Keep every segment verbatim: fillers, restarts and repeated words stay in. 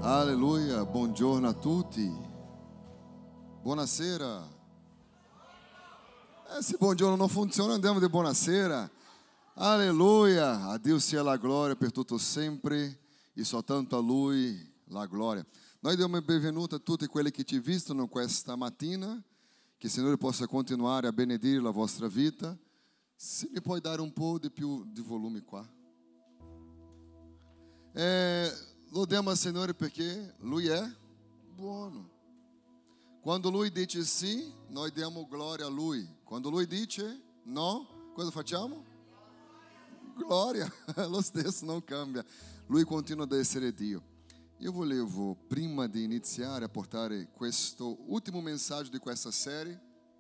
Alleluia, buongiorno a tutti. Buonasera. Eh, se buongiorno non funziona, andiamo di buonasera. Alleluia, a Dio sia la gloria per tutto sempre e soltanto a Lui la gloria. Noi diamo il benvenuto a tutti quelli che ci vistono questa mattina, che il Signore possa continuare a benedire la vostra vita. Se mi puoi dare un po' di più di volume qua. Eh, Lodiamo al Signore perché Lui è buono. Quando Lui dice sì, noi diamo gloria a Lui. Quando Lui dice no, cosa facciamo? Gloria, lo stesso, non cambia. Lui continua ad essere Dio. Io volevo, prima di iniziare a portare questo ultimo messaggio di questa serie,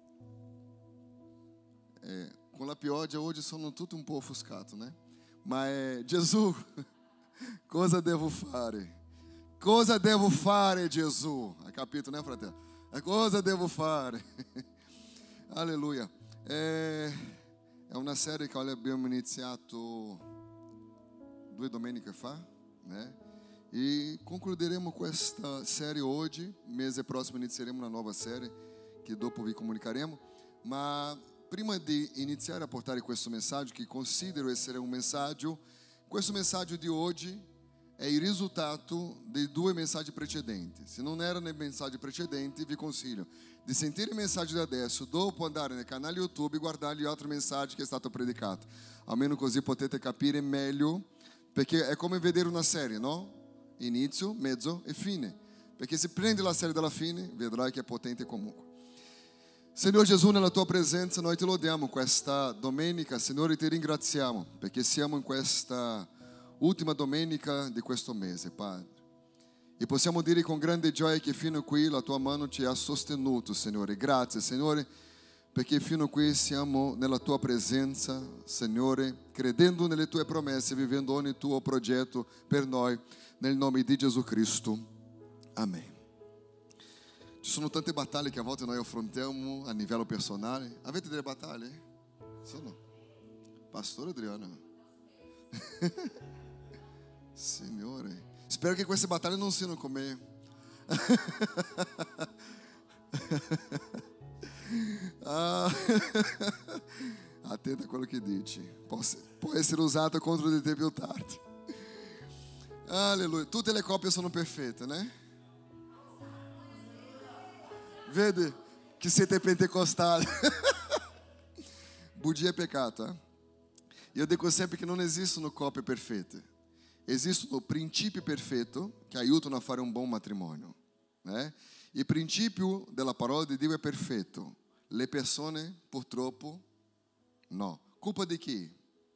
eh, con la pioggia oggi sono tutto un po' offuscato, né? Ma è Gesù. Cosa devo fare? Cosa devo fare, Gesù? Hai capito, né, fratello? Cosa devo fare? Alleluia. È, è una serie che abbiamo iniziato due domeniche fa, né? E concluderemo questa serie oggi. Mese prossimo inizieremo una nuova serie che dopo vi comunicheremo. Ma prima di iniziare a portare questo messaggio, che considero essere un messaggio, questo messaggio di oggi è il risultato dei due messaggi precedenti. Se non era nei messaggi precedenti, vi consiglio di sentire il messaggio di adesso, dopo andare nel canale YouTube e guardare gli altri messaggi che è stato predicato. Almeno così potete capire meglio, perché è come vedere una serie, no? Inizio, mezzo e fine. Perché se prendi la serie dalla fine, vedrai che è potente comunque. Signore Gesù, nella tua presenza noi ti lodiamo questa domenica. Signore, ti ringraziamo perché siamo in questa ultima domenica di questo mese, Padre. E possiamo dire con grande gioia che fino a qui la tua mano ci ha sostenuto, Signore. Grazie, Signore, perché fino a qui siamo nella tua presenza, Signore, credendo nelle tue promesse, vivendo ogni tuo progetto per noi, nel nome di Gesù Cristo. Amen. Ci sono tante battaglie che a volte noi affrontiamo a livello personale. Avete delle battaglie? Sì o no? Pastore Adriano. Signore, spero che queste battaglie non siano con me. Ah, attenta a quello che dici. Può, può essere usato contro di te più tardi. Alleluia. Tutte le coppie sono perfette, né? Vede che siete pentecostali. Bugia è peccato, eh? Io dico sempre che non esistono coppie perfette. Esistono princípi perfetti che aiutano a fare un buon matrimonio, né? Il principio della parola di Dio è perfetto. Le persone purtroppo no. Colpa di chi?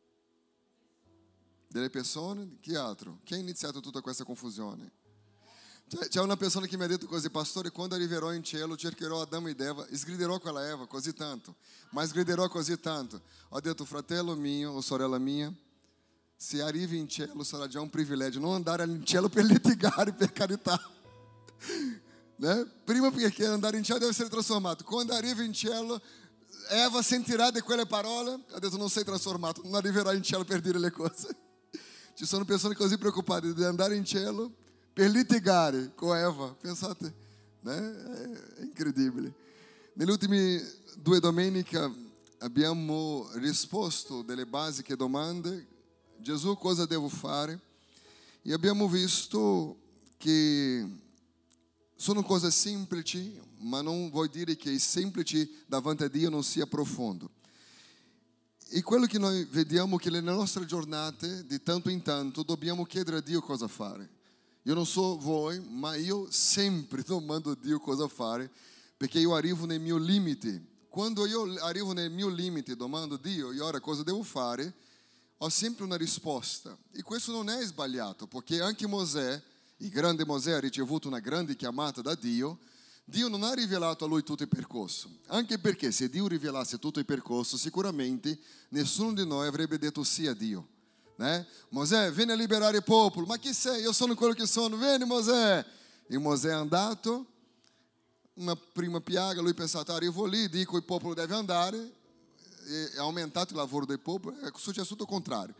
Delle persone? Chi altro? Chi ha iniziato tutta questa confusione? C'è una persona che mi ha detto così: pastore, quando arriverò in cielo cercherò Adamo ed Eva, sgriderò quella Eva così tanto, ma sgriderò così tanto. Ho detto: fratello mio o sorella mia, se arrivi in cielo sarà già un privilegio. Non andare in cielo per litigare, per carità, né? Prima perché andare in cielo deve essere trasformato. Quando arrivi in cielo, Eva sentirà di quelle parole. Ho detto: non sei trasformato, non arriverai in cielo per dire le cose. Ci sono persone così preoccupate di andare in cielo per litigare con Eva. Pensate, né? È incredibile. Nelle ultime due domeniche abbiamo risposto delle basiche domande. Gesù, cosa devo fare? E abbiamo visto che sono cose semplici, ma non vuol dire che il semplice davanti a Dio non sia profondo. E quello che noi vediamo è che nelle nostre giornate, di tanto in tanto, dobbiamo chiedere a Dio cosa fare. Io non so voi, ma io sempre domando a Dio cosa fare, perché io arrivo nel mio limite. Quando io arrivo nel mio limite, domando a Dio, e ora cosa devo fare? Ho sempre una risposta. E questo non è sbagliato, perché anche Mosè, il grande Mosè, ha ricevuto una grande chiamata da Dio. Dio non ha rivelato a lui tutto il percorso. Anche perché se Dio rivelasse tutto il percorso, sicuramente nessuno di noi avrebbe detto sì a Dio. Né? Mosè, vieni a liberare il popolo. Ma chi sei? Io sono quello che sono. Vieni, Mosè. E Mosè è andato. Una prima piaga, lui ha pensato: arrivo lì, dico il popolo deve andare. È aumentato il lavoro del popolo. È successo tutto il contrario.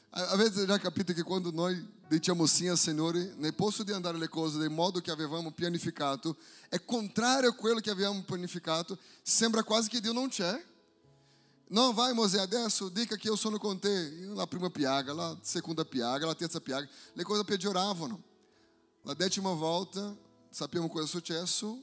Avete già capito che quando noi diciamo sim al Signore, nel posto di andare le cose del modo che avevamo pianificato, è contrario a quello che avevamo pianificato, sembra quasi che Dio non c'è. Não, vai Mosè, adesso dica che io sono con te. La prima piaga, la seconda piaga, la terza piaga, le cose peggioravano. La decima volta, sappiamo cosa è successo,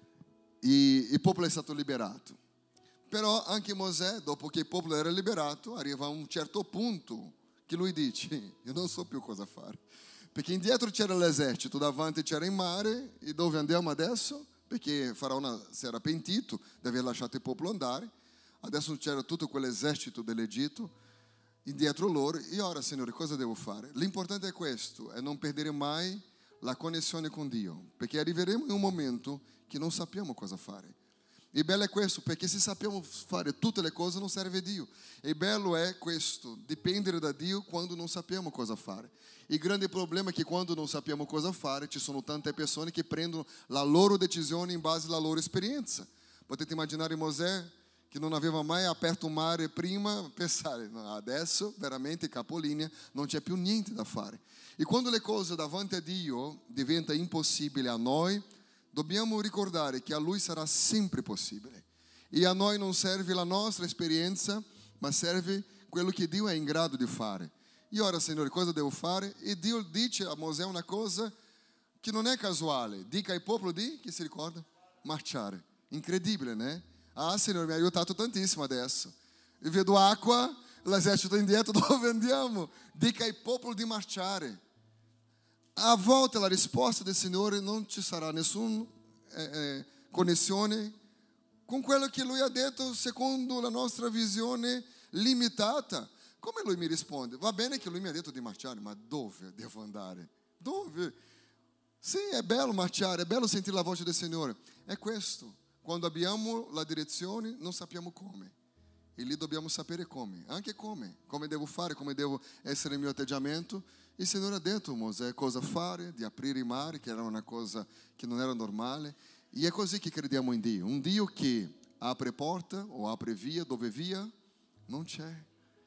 e il popolo è stato liberato. Però anche Mosè, dopo che il popolo era liberato, arriva a un certo punto che lui dice, io non so più cosa fare. Perché indietro c'era l'esercito, davanti c'era il mare, e dove andiamo adesso? Perché Faraone si era pentito di aver lasciato il popolo andare. Adesso c'era tutto quell'esercito dell'Egitto indietro loro. E ora, Signore, cosa devo fare? L'importante è questo, è non perdere mai la connessione con Dio, perché arriveremo in un momento che non sappiamo cosa fare. Il bello è questo, perché se sappiamo fare tutte le cose non serve Dio. Il bello è questo, dipendere da Dio quando non sappiamo cosa fare. Il grande problema è che quando non sappiamo cosa fare ci sono tante persone che prendono la loro decisione in base alla loro esperienza. Potete immaginare Mosè che non aveva mai aperto un mare prima, pensare, no, adesso veramente capolinea, non c'è più niente da fare. E quando le cose davanti a Dio diventano impossibili a noi, dobbiamo ricordare che a Lui sarà sempre possibile. E a noi non serve la nostra esperienza, ma serve quello che Dio è in grado di fare. E ora, Signore, cosa devo fare? E Dio dice a Mosè una cosa che non è casuale. Dica al popolo di, chi si ricorda? Marciare. Incredibile, né? Ah, Signore, mi ha aiutato tantissimo adesso. Io vedo acqua, l'esercito indietro, dove andiamo? Dica al popolo di marciare. A volte la risposta del Signore non ci sarà nessuna eh, eh, connessione con quello che Lui ha detto secondo la nostra visione limitata. Come Lui mi risponde? Va bene che Lui mi ha detto di marciare, ma dove devo andare? Dove? Sì, è bello marciare, è bello sentire la voce del Signore. È questo. Quando abbiamo la direzione non sappiamo come. E lì dobbiamo sapere come, anche come, come devo fare, come devo essere il mio atteggiamento. Il Signore ha detto a Mosè cosa fare, di aprire i mari, che era una cosa che non era normale. E è così che crediamo in Dio. Un Dio che apre porta o apre via dove via non c'è.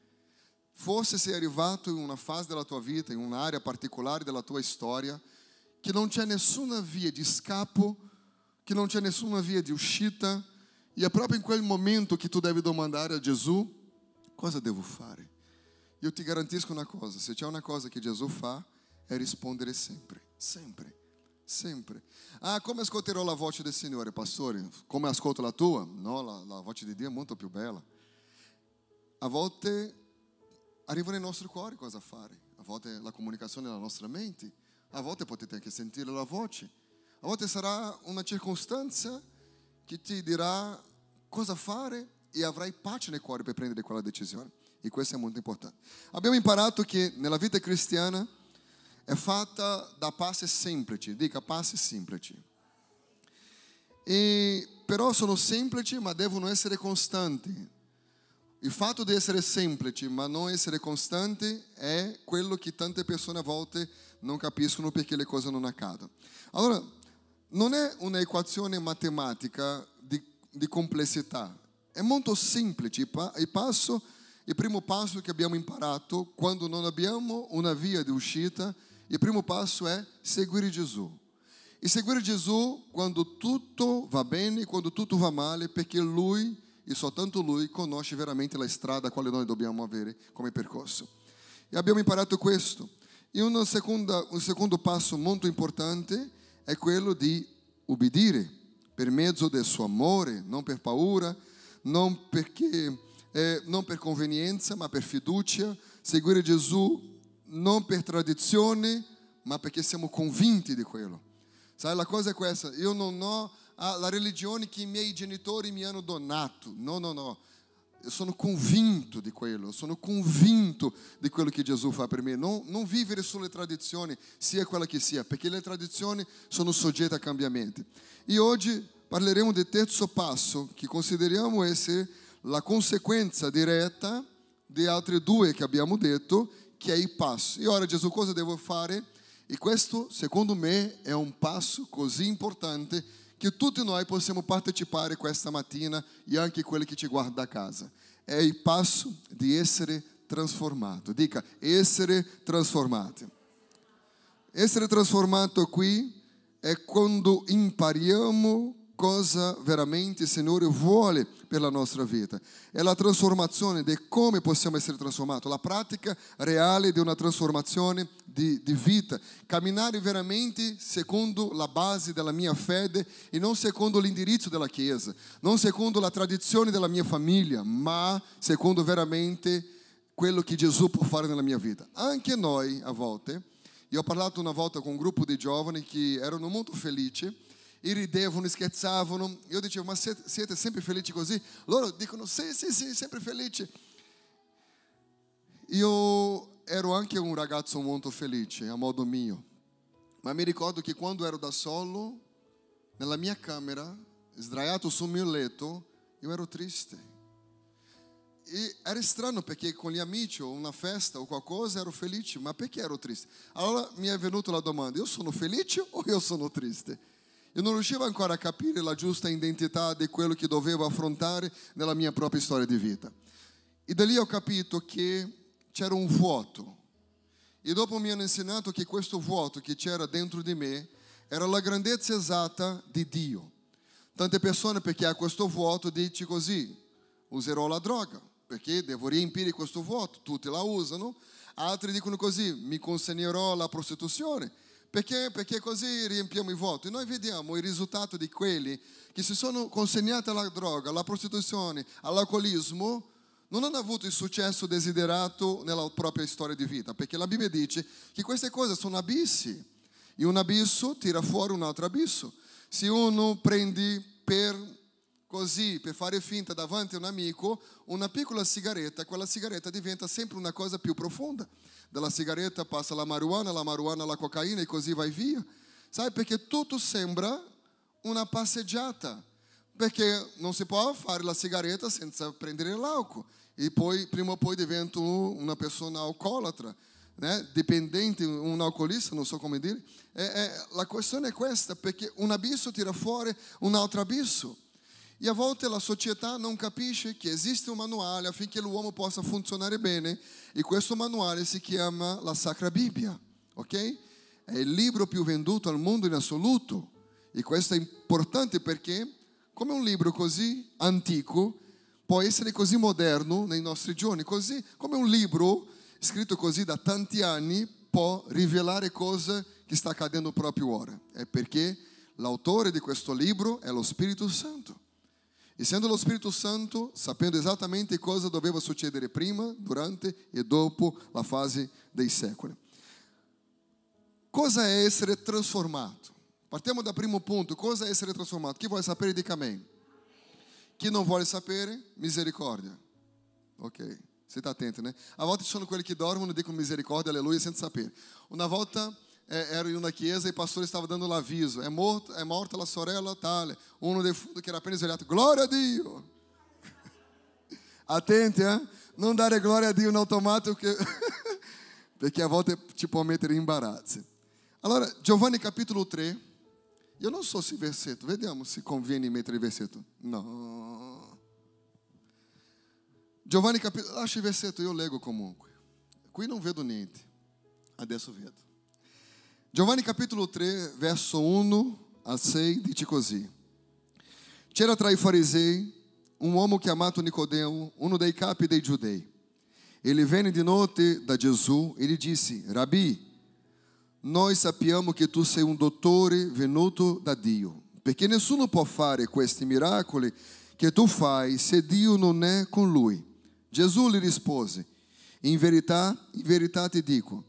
Forse sei arrivato in una fase della tua vita, in un'area particolare della tua storia, che non c'è nessuna via di scappo, che non c'è nessuna via di uscita. E è proprio in quel momento che tu devi domandare a Gesù, cosa devo fare? Io ti garantisco una cosa, se c'è una cosa che Gesù fa, è rispondere sempre, sempre, sempre. Ah, come ascolterò la voce del Signore, pastore? Come ascolto la tua? No, la, la voce di Dio è molto più bella. A volte arriva nei nostri cuori cosa fare, a volte la comunicazione nella nostra mente, a volte potete anche sentire la voce, a volte sarà una circostanza che ti dirà cosa fare e avrai pace nel cuore per prendere quella decisione. E questo è molto importante. Abbiamo imparato che nella vita cristiana è fatta da passi semplici, dica passi semplici. E però sono semplici ma devono essere costanti. Il fatto di essere semplici ma non essere costanti è quello che tante persone a volte non capiscono perché le cose non accadono. Allora, non è un'equazione matematica di, di complessità, è molto semplice. Il, passo, il primo passo che abbiamo imparato quando non abbiamo una via di uscita, il primo passo è seguire Gesù. E seguire Gesù quando tutto va bene, quando tutto va male, perché Lui, e soltanto Lui, conosce veramente la strada a quale noi dobbiamo avere come percorso. E abbiamo imparato questo. E una seconda, un secondo passo molto importante è quello di ubbidire per mezzo del suo amore, non per paura, non, perché, eh, non per convenienza, ma per fiducia. Seguire Gesù non per tradizione, ma perché siamo convinti di quello. Sai, la cosa è questa, io non ho ah, la religione che i miei genitori mi hanno donato. No, no, no. Eu sono convinto di quello, sono convinto di quello che Gesù fa per me. Non, non vivere sulle tradizioni, sia quella che sia, perché le tradizioni sono soggette a cambiamenti. E oggi parleremo del terzo passo, che consideriamo essere la conseguenza diretta di altri due che abbiamo detto, che è il passo. E ora Gesù cosa devo fare? E questo, secondo me, è un passo così importante che tutti noi possiamo partecipare questa mattina e anche quelli che ci guardano da casa. È il passo di essere trasformato. Dica, essere trasformati. Essere trasformato qui è quando impariamo cosa veramente il Signore vuole per la nostra vita. È la trasformazione di come possiamo essere trasformati, la pratica reale di una trasformazione di, di vita. Camminare veramente secondo la base della mia fede e non secondo l'indirizzo della Chiesa, non secondo la tradizione della mia famiglia, ma secondo veramente quello che Gesù può fare nella mia vita. Anche noi, a volte, io ho parlato una volta con un gruppo di giovani che erano molto felici, e ridevano, scherzavano. Io dicevo, ma siete, siete sempre felici così? Loro dicono, sì, sì, sì, sempre felici. Io ero anche un ragazzo molto felice, a modo mio. Ma mi ricordo che quando ero da solo, nella mia camera, sdraiato sul mio letto, io ero triste. E era strano perché con gli amici o una festa o qualcosa ero felice, ma perché ero triste? Allora mi è venuta la domanda, io sono felice o io sono triste? Io non riuscivo ancora a capire la giusta identità di quello che dovevo affrontare nella mia propria storia di vita. E da lì ho capito che c'era un vuoto. E dopo mi hanno insegnato che questo vuoto che c'era dentro di me era la grandezza esatta di Dio. Tante persone, perché ha questo vuoto, dicono così, userò la droga, perché devo riempire questo vuoto. Tutti la usano. Altri dicono così, mi consegnerò alla prostituzione. Perché? Perché così riempiamo i vuoti. Noi vediamo il risultato di quelli che si sono consegnati alla droga, alla prostituzione, all'alcolismo, non hanno avuto il successo desiderato nella propria storia di vita, perché la Bibbia dice che queste cose sono abissi e un abisso tira fuori un altro abisso. Se uno prende per così, per fare finta davanti a un amico, una piccola sigaretta, quella sigaretta diventa sempre una cosa più profonda. Dalla sigaretta passa alla marijuana, la marijuana alla cocaina e così vai via. Sai, perché tutto sembra una passeggiata. Perché non si può fare la sigaretta senza prendere l'alcol. E poi, prima o poi divento una persona alcolatra, né? Dipendente, un alcolista, non so come dire. E, e, la questione è questa, perché un abisso tira fuori un altro abisso. E a volte la società non capisce che esiste un manuale affinché l'uomo possa funzionare bene, e questo manuale si chiama la Sacra Bibbia, ok? È il libro più venduto al mondo in assoluto, e questo è importante perché, come un libro così antico, può essere così moderno nei nostri giorni, così come un libro scritto così da tanti anni può rivelare cose che sta accadendo proprio ora. È perché l'autore di questo libro è lo Spirito Santo. Essendo lo Spirito Santo, sapendo esattamente cosa doveva succedere prima, durante e dopo la fase dei secoli. Cosa è essere trasformato? Partiamo dal primo punto. Cosa è essere trasformato? Chi vuole sapere, dica amen. Chi non vuole sapere, misericordia. Ok, siete attenti, né? A volte ci sono quelli che dormono e dicono misericordia, alleluia, senza sapere. Una volta eh, ero in una chiesa e il pastore stava dando l'avviso. È, morto, è morta la sorella tale. Uno del fundo che era appena svegliato. Glória a Dio! Attenti, eh? Non dare gloria a Dio in automatico che... perché a volte ci può mettere in imbarazzo. Allora, Giovanni capitolo tre. Io non so se versetto, vediamo se conviene mettere il versetto. No. Giovanni capitolo, lascia il versetto, io leggo comunque. Qui non vedo niente. Adesso vedo. Giovanni capitolo tre, verso uno a sei, dice così. C'era tra i farisei un uomo chiamato Nicodemo, uno dei capi dei giudei. Ele venne di notte da Gesù e gli disse, Rabi, noi sappiamo che tu sei un dottore venuto da Dio, perché nessuno può fare questi miracoli che tu fai se Dio non è con lui. Gesù gli rispose, in verità, in verità ti dico,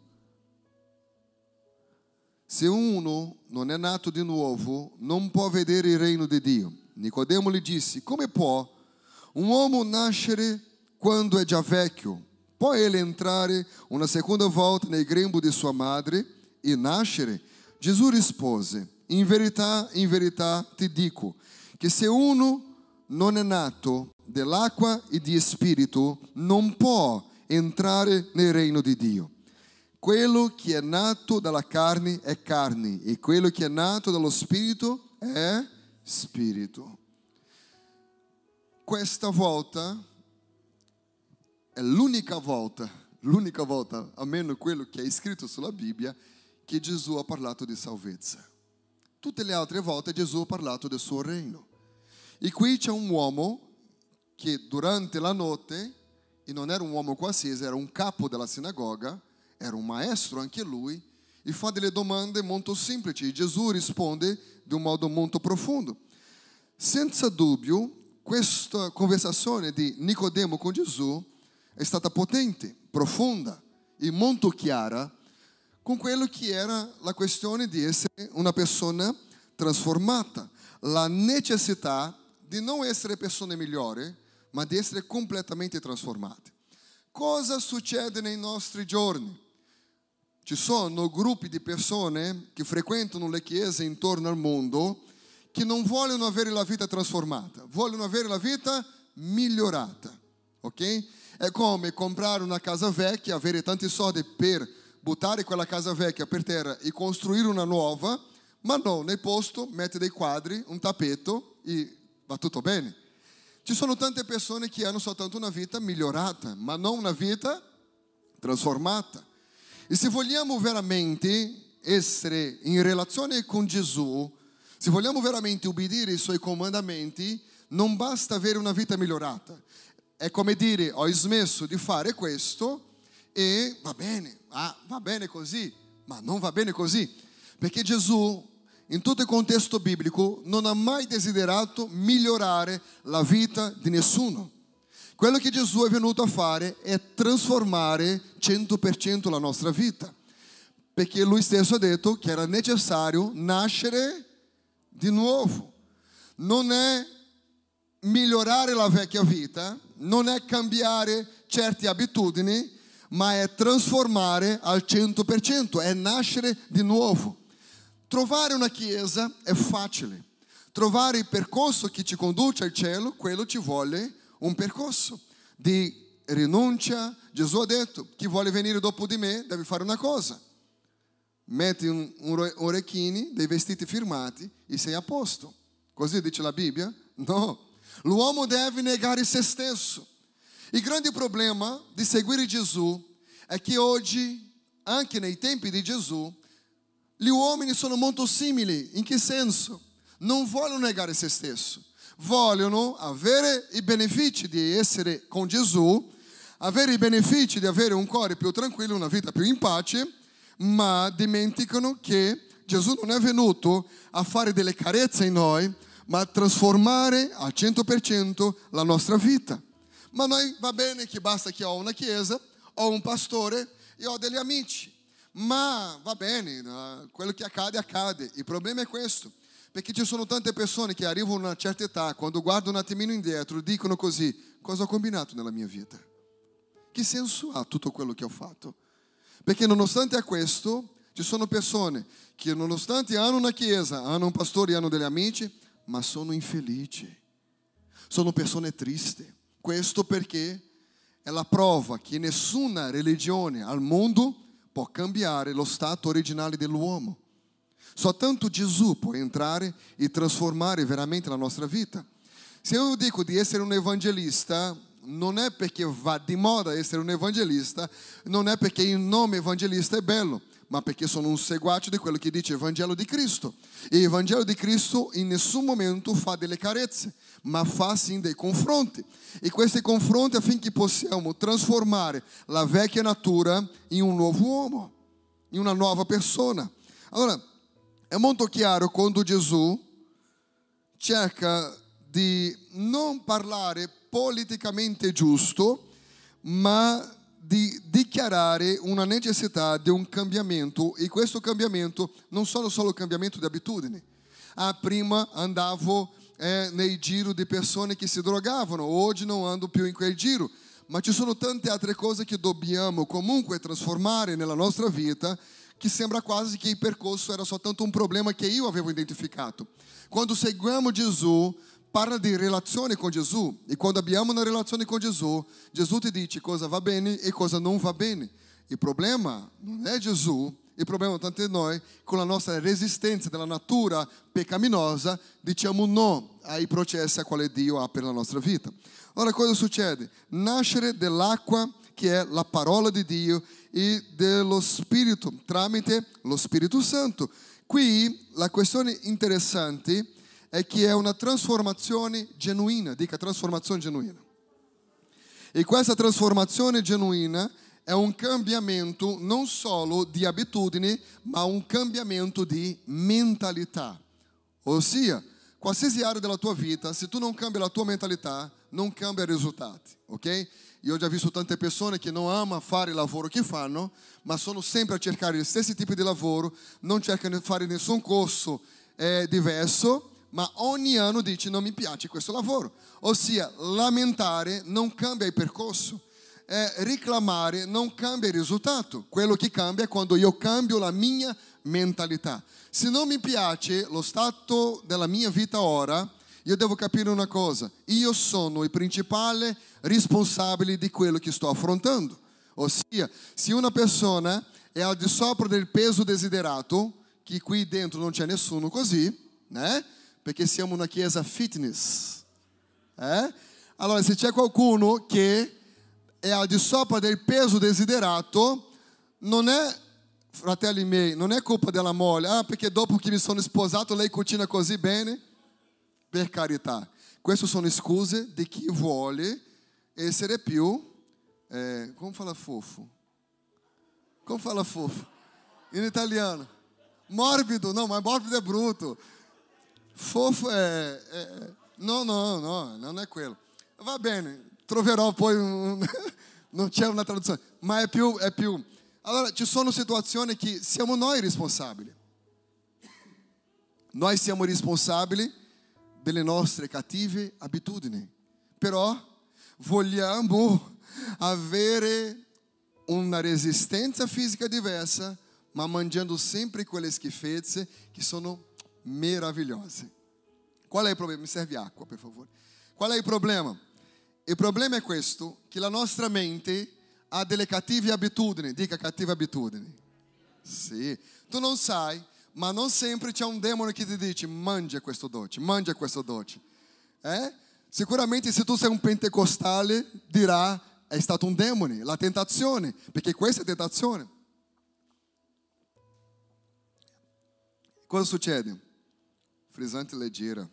se uno non è nato di nuovo, non può vedere il regno di Dio. Nicodemo gli disse, come può un uomo nascere quando è già vecchio? Può ele entrare una seconda volta nel grembo di sua madre e nascere? Gesù rispose, in verità, in verità ti dico, che se uno non è nato dell'acqua e di spirito, non può entrare nel regno di Dio. Quello che è nato dalla carne è carne, e quello che è nato dallo spirito è spirito. Questa volta è l'unica volta, l'unica volta, almeno quello che è scritto sulla Bibbia, che Gesù ha parlato di salvezza. Tutte le altre volte Gesù ha parlato del suo regno. E qui c'è un uomo che durante la notte, e non era un uomo qualsiasi, era un capo della sinagoga, era un maestro anche lui, e fa delle domande molto semplici. E Gesù risponde di un modo molto profondo. Senza dubbio, questa conversazione di Nicodemo con Gesù è stata potente, profonda e molto chiara con quello che era la questione di essere una persona trasformata, la necessità di non essere persone migliori, ma di essere completamente trasformate. Cosa succede nei nostri giorni? Ci sono gruppi di persone che frequentano le chiese intorno al mondo che non vogliono avere la vita trasformata, vogliono avere la vita migliorata, ok? È come comprare una casa vecchia, avere tanti soldi per buttare quella casa vecchia per terra e costruire una nuova, ma no, nel posto mette dei quadri, un tappeto e va tutto bene. Ci sono tante persone che hanno soltanto una vita migliorata, ma non una vita trasformata. E se vogliamo veramente essere in relazione con Gesù, se vogliamo veramente obbedire ai suoi comandamenti, non basta avere una vita migliorata. È come dire, ho smesso di fare questo e va bene, ah, va bene così, ma non va bene così. Perché Gesù, in tutto il contesto biblico, non ha mai desiderato migliorare la vita di nessuno. Quello che Gesù è venuto a fare è trasformare cento per cento la nostra vita. Perché lui stesso ha detto che era necessario nascere di nuovo. Non è migliorare la vecchia vita, non è cambiare certe abitudini, ma è trasformare al cento per cento, è nascere di nuovo. Trovare una chiesa è facile. Trovare il percorso che ci conduce al cielo, quello ci vuole un percorso di rinuncia. Gesù ha detto, chi vuole venire dopo di me deve fare una cosa. Metti un, un orecchini, dei vestiti firmati e sei a posto. Così dice la Bibbia? No. L'uomo deve negare se stesso. Il grande problema di seguire Gesù è che oggi, anche nei tempi di Gesù, gli uomini sono molto simili. In che senso? Non vogliono negare se stesso. Vogliono avere i benefici di essere con Gesù, avere i benefici di avere un cuore più tranquillo, una vita più in pace, ma dimenticano che Gesù non è venuto a fare delle carezze in noi, ma a trasformare al cento per cento la nostra vita. Ma noi va bene che basta che ho una chiesa, ho un pastore e ho degli amici. Ma va bene, quello che accade, accade. Il problema è questo, perché ci sono tante persone che arrivano a una certa età, quando guardano un attimino indietro, dicono così, cosa ho combinato nella mia vita? Che senso ha tutto quello che ho fatto? Perché nonostante a questo, ci sono persone che nonostante hanno una chiesa, hanno un pastore, hanno degli amici, ma sono infelici. Sono persone tristi. Questo perché è la prova che nessuna religione al mondo può cambiare lo stato originale dell'uomo. Soltanto Gesù può entrare e trasformare veramente la nostra vita. Se io dico di essere un evangelista, non è perché va di moda essere un evangelista, non è perché il nome evangelista è bello, ma perché sono un seguace di quello che dice il Vangelo di Cristo. E il Vangelo di Cristo in nessun momento fa delle carezze, ma fa sì dei confronti. E questi confronti affinché possiamo trasformare la vecchia natura in un nuovo uomo, in una nuova persona. Allora, è molto chiaro quando Gesù cerca di non parlare politicamente giusto, ma di dichiarare una necessità di un cambiamento, e questo cambiamento non sono solo cambiamento di abitudini. Ah, prima andavo eh, nei giro di persone che si drogavano, oggi non ando più in quel giro, ma ci sono tante altre cose che dobbiamo comunque trasformare nella nostra vita, che sembra quasi che il percorso era soltanto un problema che io avevo identificato. Quando seguiamo Gesù, parla di relazione con Gesù, e quando abbiamo una relazione con Gesù, Gesù ti dice cosa va bene e cosa non va bene. Il problema non è Gesù, Il problema tanto di noi, con la nostra resistenza della natura peccaminosa, diciamo no ai processi a quali Dio ha per la nostra vita. Ora cosa succede? Nascere dell'acqua, che è la parola di Dio, e dello Spirito, tramite lo Spirito Santo. Qui la questione interessante è che è una trasformazione genuina, dica trasformazione genuina. E questa trasformazione genuina è un cambiamento non solo di abitudini, ma un cambiamento di mentalità. Ossia, qualsiasi area della tua vita, se tu non cambi la tua mentalità, non cambia i risultati, ok? Io ho già visto tante persone che non amano fare il lavoro che fanno, ma sono sempre a cercare gli stessi tipi di lavoro, non cercano di fare nessun corso eh, diverso, ma ogni anno dice non mi piace questo lavoro. Ossia, lamentare non cambia il percorso, eh, reclamare non cambia il risultato. Quello che cambia è quando io cambio la mia mentalità. Se non mi piace lo stato della mia vita ora, io devo capire una cosa: io sono il principale responsabile di quello che sto affrontando. Ossia, se una persona è al di sopra del peso desiderato, che qui dentro non c'è nessuno così, né? Perché siamo una chiesa fitness. Eh? Allora, se c'è qualcuno che è al di sopra del peso desiderato, non è, fratelli miei, non è colpa della moglie. Ah, perché dopo che mi sono sposato lei cucina così bene? Per carità. Queste sono scuse di chi vuole essere più, eh, come fala fofo? Come fala fofo? In italiano. Morbido, no, ma morbido è brutto. Fofo è, è... No, no, no, non è quello. Va bene, troverò poi un... non c'è una traduzione, ma è più, è più. Allora, ci sono situazioni che siamo noi responsabili. Noi siamo responsabili delle nostre cattive abitudini. Però vogliamo avere una resistenza fisica diversa, ma mangiando sempre quelle schifezze che sono meravigliose. Qual è il problema? Mi serve acqua, per favore. Qual è il problema? Il problema è questo, che la nostra mente ha delle cattive abitudini. Dica cattive abitudini. Sì. Tu non sai, ma non sempre c'è un demone che ti dice mangia questo dolce, mangia questo dolce. Eh? Sicuramente se tu sei un pentecostale dirà è stato un demone, la tentazione, perché questa è tentazione. Cosa succede? Frizzante leggera.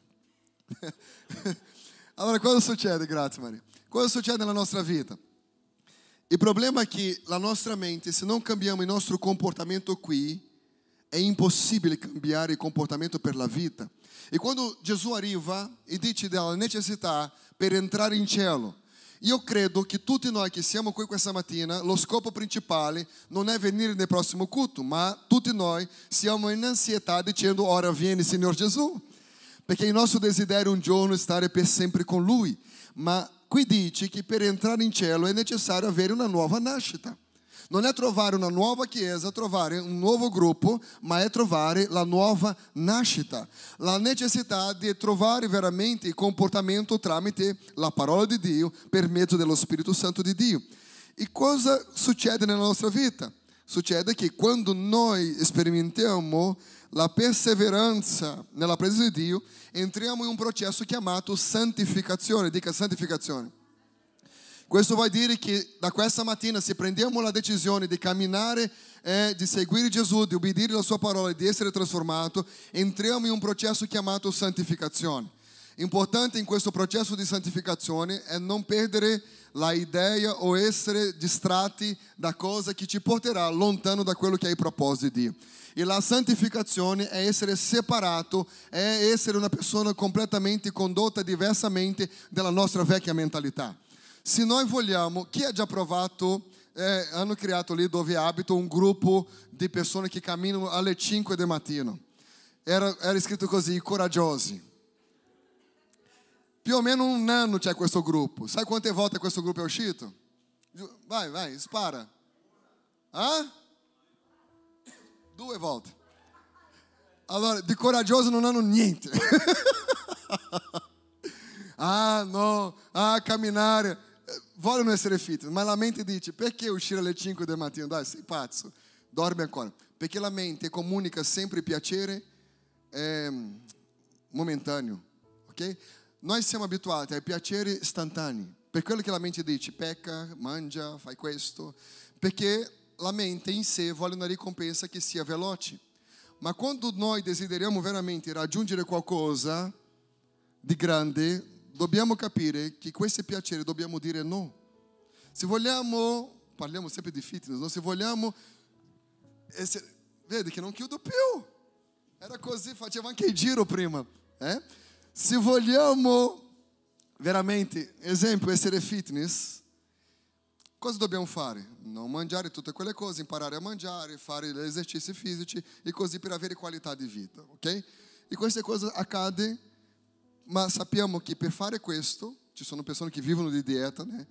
Allora, cosa succede? Grazie Maria. Cosa succede nella nostra vita? Il problema è che la nostra mente, se non cambiamo il nostro comportamento qui, è impossibile cambiare il comportamento per la vita. E quando Gesù arriva e dice della necessità per entrare in cielo, io credo che tutti noi che siamo qui questa mattina, lo scopo principale non è venire nel prossimo culto, ma tutti noi siamo in ansietà dicendo ora vieni Signor Gesù, perché il nostro desiderio è un giorno stare per sempre con Lui. Ma qui dice che per entrare in cielo è necessario avere una nuova nascita. Non è trovare una nuova chiesa, trovare un nuovo gruppo, ma è trovare la nuova nascita. La necessità di trovare veramente il comportamento tramite la parola di Dio per mezzo dello Spirito Santo di Dio. E cosa succede nella nostra vita? Succede che quando noi sperimentiamo la perseveranza nella presenza di Dio, entriamo in un processo chiamato santificazione. Dica santificazione. Questo vuol dire che da questa mattina, se prendiamo la decisione di camminare, eh, di seguire Gesù, di obbedire alla sua parola e di essere trasformato, entriamo in un processo chiamato santificazione. Importante in questo processo di santificazione è non perdere la idea o essere distratti da cosa che ci porterà lontano da quello che è il proposito di Dio. E la santificazione è essere separato, è essere una persona completamente condotta diversamente dalla nostra vecchia mentalità. Se noi vogliamo, chi ha già provato, eh, hanno creato lì dove abito un gruppo di persone che camminano alle cinque del mattino. Era, era scritto così, i coraggiosi. Più o meno un anno c'è questo gruppo. Sai quante volte questo gruppo è uscito? Vai, vai, spara. Ah? Due volte. Allora, di coraggioso non hanno niente. Ah, no, ah, camminare. Vogliono essere fit, ma la mente dice, perché uscire alle cinque del mattino? Dai, sei pazzo, dormi ancora. Perché la mente comunica sempre piacere eh, momentaneo, ok? Noi siamo abituati ai piaceri istantanei. Per quello che la mente dice, pecca, mangia, fai questo. Perché la mente in sé vuole una ricompensa che sia veloce. Ma quando noi desideriamo veramente raggiungere qualcosa di grande, dobbiamo capire che questi piaceri dobbiamo dire no. Se vogliamo, parliamo sempre di fitness, no? Se vogliamo, esse, vedi che non chiudo più. Era così, facevo anche il giro prima. Eh? Se vogliamo veramente, esempio, essere fitness, cosa dobbiamo fare? Non mangiare tutte quelle cose, imparare a mangiare, fare gli esercizi fisici e così per avere qualità di vita, ok? E queste cose accadono, ma sappiamo che per fare questo, ci sono persone che vivono di dieta, né?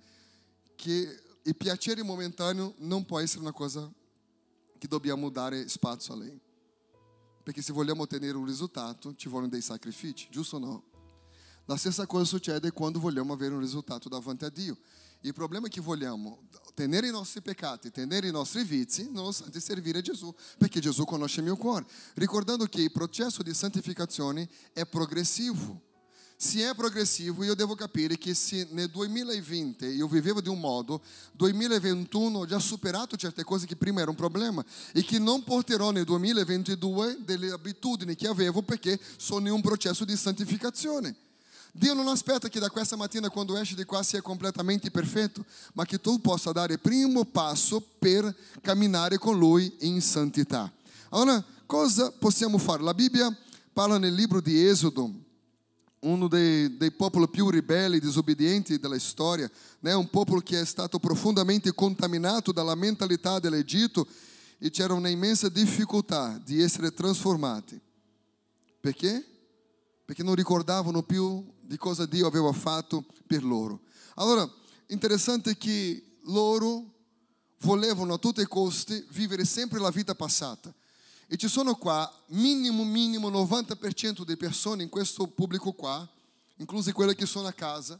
Che il piacere momentaneo non può essere una cosa che dobbiamo dare spazio a lei. Perché se vogliamo ottenere un risultato, ci vogliono dei sacrifici, giusto o no? La stessa cosa succede quando vogliamo avere un risultato davanti a Dio. Il problema è che vogliamo tenere i nostri peccati, tenere i nostri vizi, nonostante servire Gesù, perché Gesù conosce il mio cuore. Ricordando che il processo di santificazione è progressivo. Se è progressivo, io devo capire che se nel duemilaventi io vivevo di un modo, duemilaventuno ho già superato certe cose che prima era un problema e che non porterò nel duemilaventidue delle abitudini che avevo perché sono in un processo di santificazione. Dio non aspetta che da questa mattina quando esci di qua sia completamente perfetto, ma che tu possa dare il primo passo per camminare con Lui in santità. Allora, cosa possiamo fare? La Bibbia parla nel libro di Esodo, uno dei, dei popoli più ribelli e disobbedienti della storia, né? Un popolo che è stato profondamente contaminato dalla mentalità dell'Egitto e c'era una immensa difficoltà di essere trasformati. Perché? Perché non ricordavano più di cosa Dio aveva fatto per loro. Allora, interessante che loro volevano a tutti i costi vivere sempre la vita passata. E ci sono qua minimo, minimo novanta per cento di persone in questo pubblico qua, incluse quelle che sono a casa,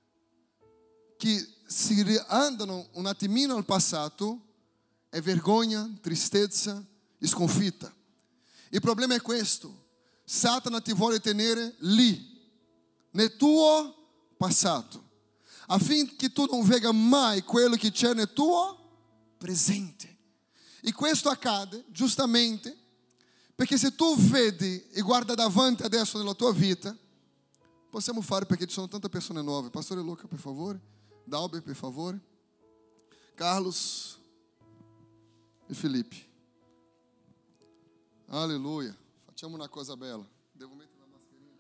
che si andano un attimino al passato, è vergogna, tristezza e sconfitta. Il problema è questo. Satana ti vuole tenere lì, nel tuo passato, affinché tu non veda mai quello che c'è nel tuo presente. E questo accade giustamente perché se tu vedi e guarda davanti adesso nella tua vita, possiamo fare perché ci sono tante persone nuove. Pastore Luca, per favore. Dalber, per favore. Carlos e Felipe. Alleluia. Facciamo una cosa bella. Devo mettere la mascherina.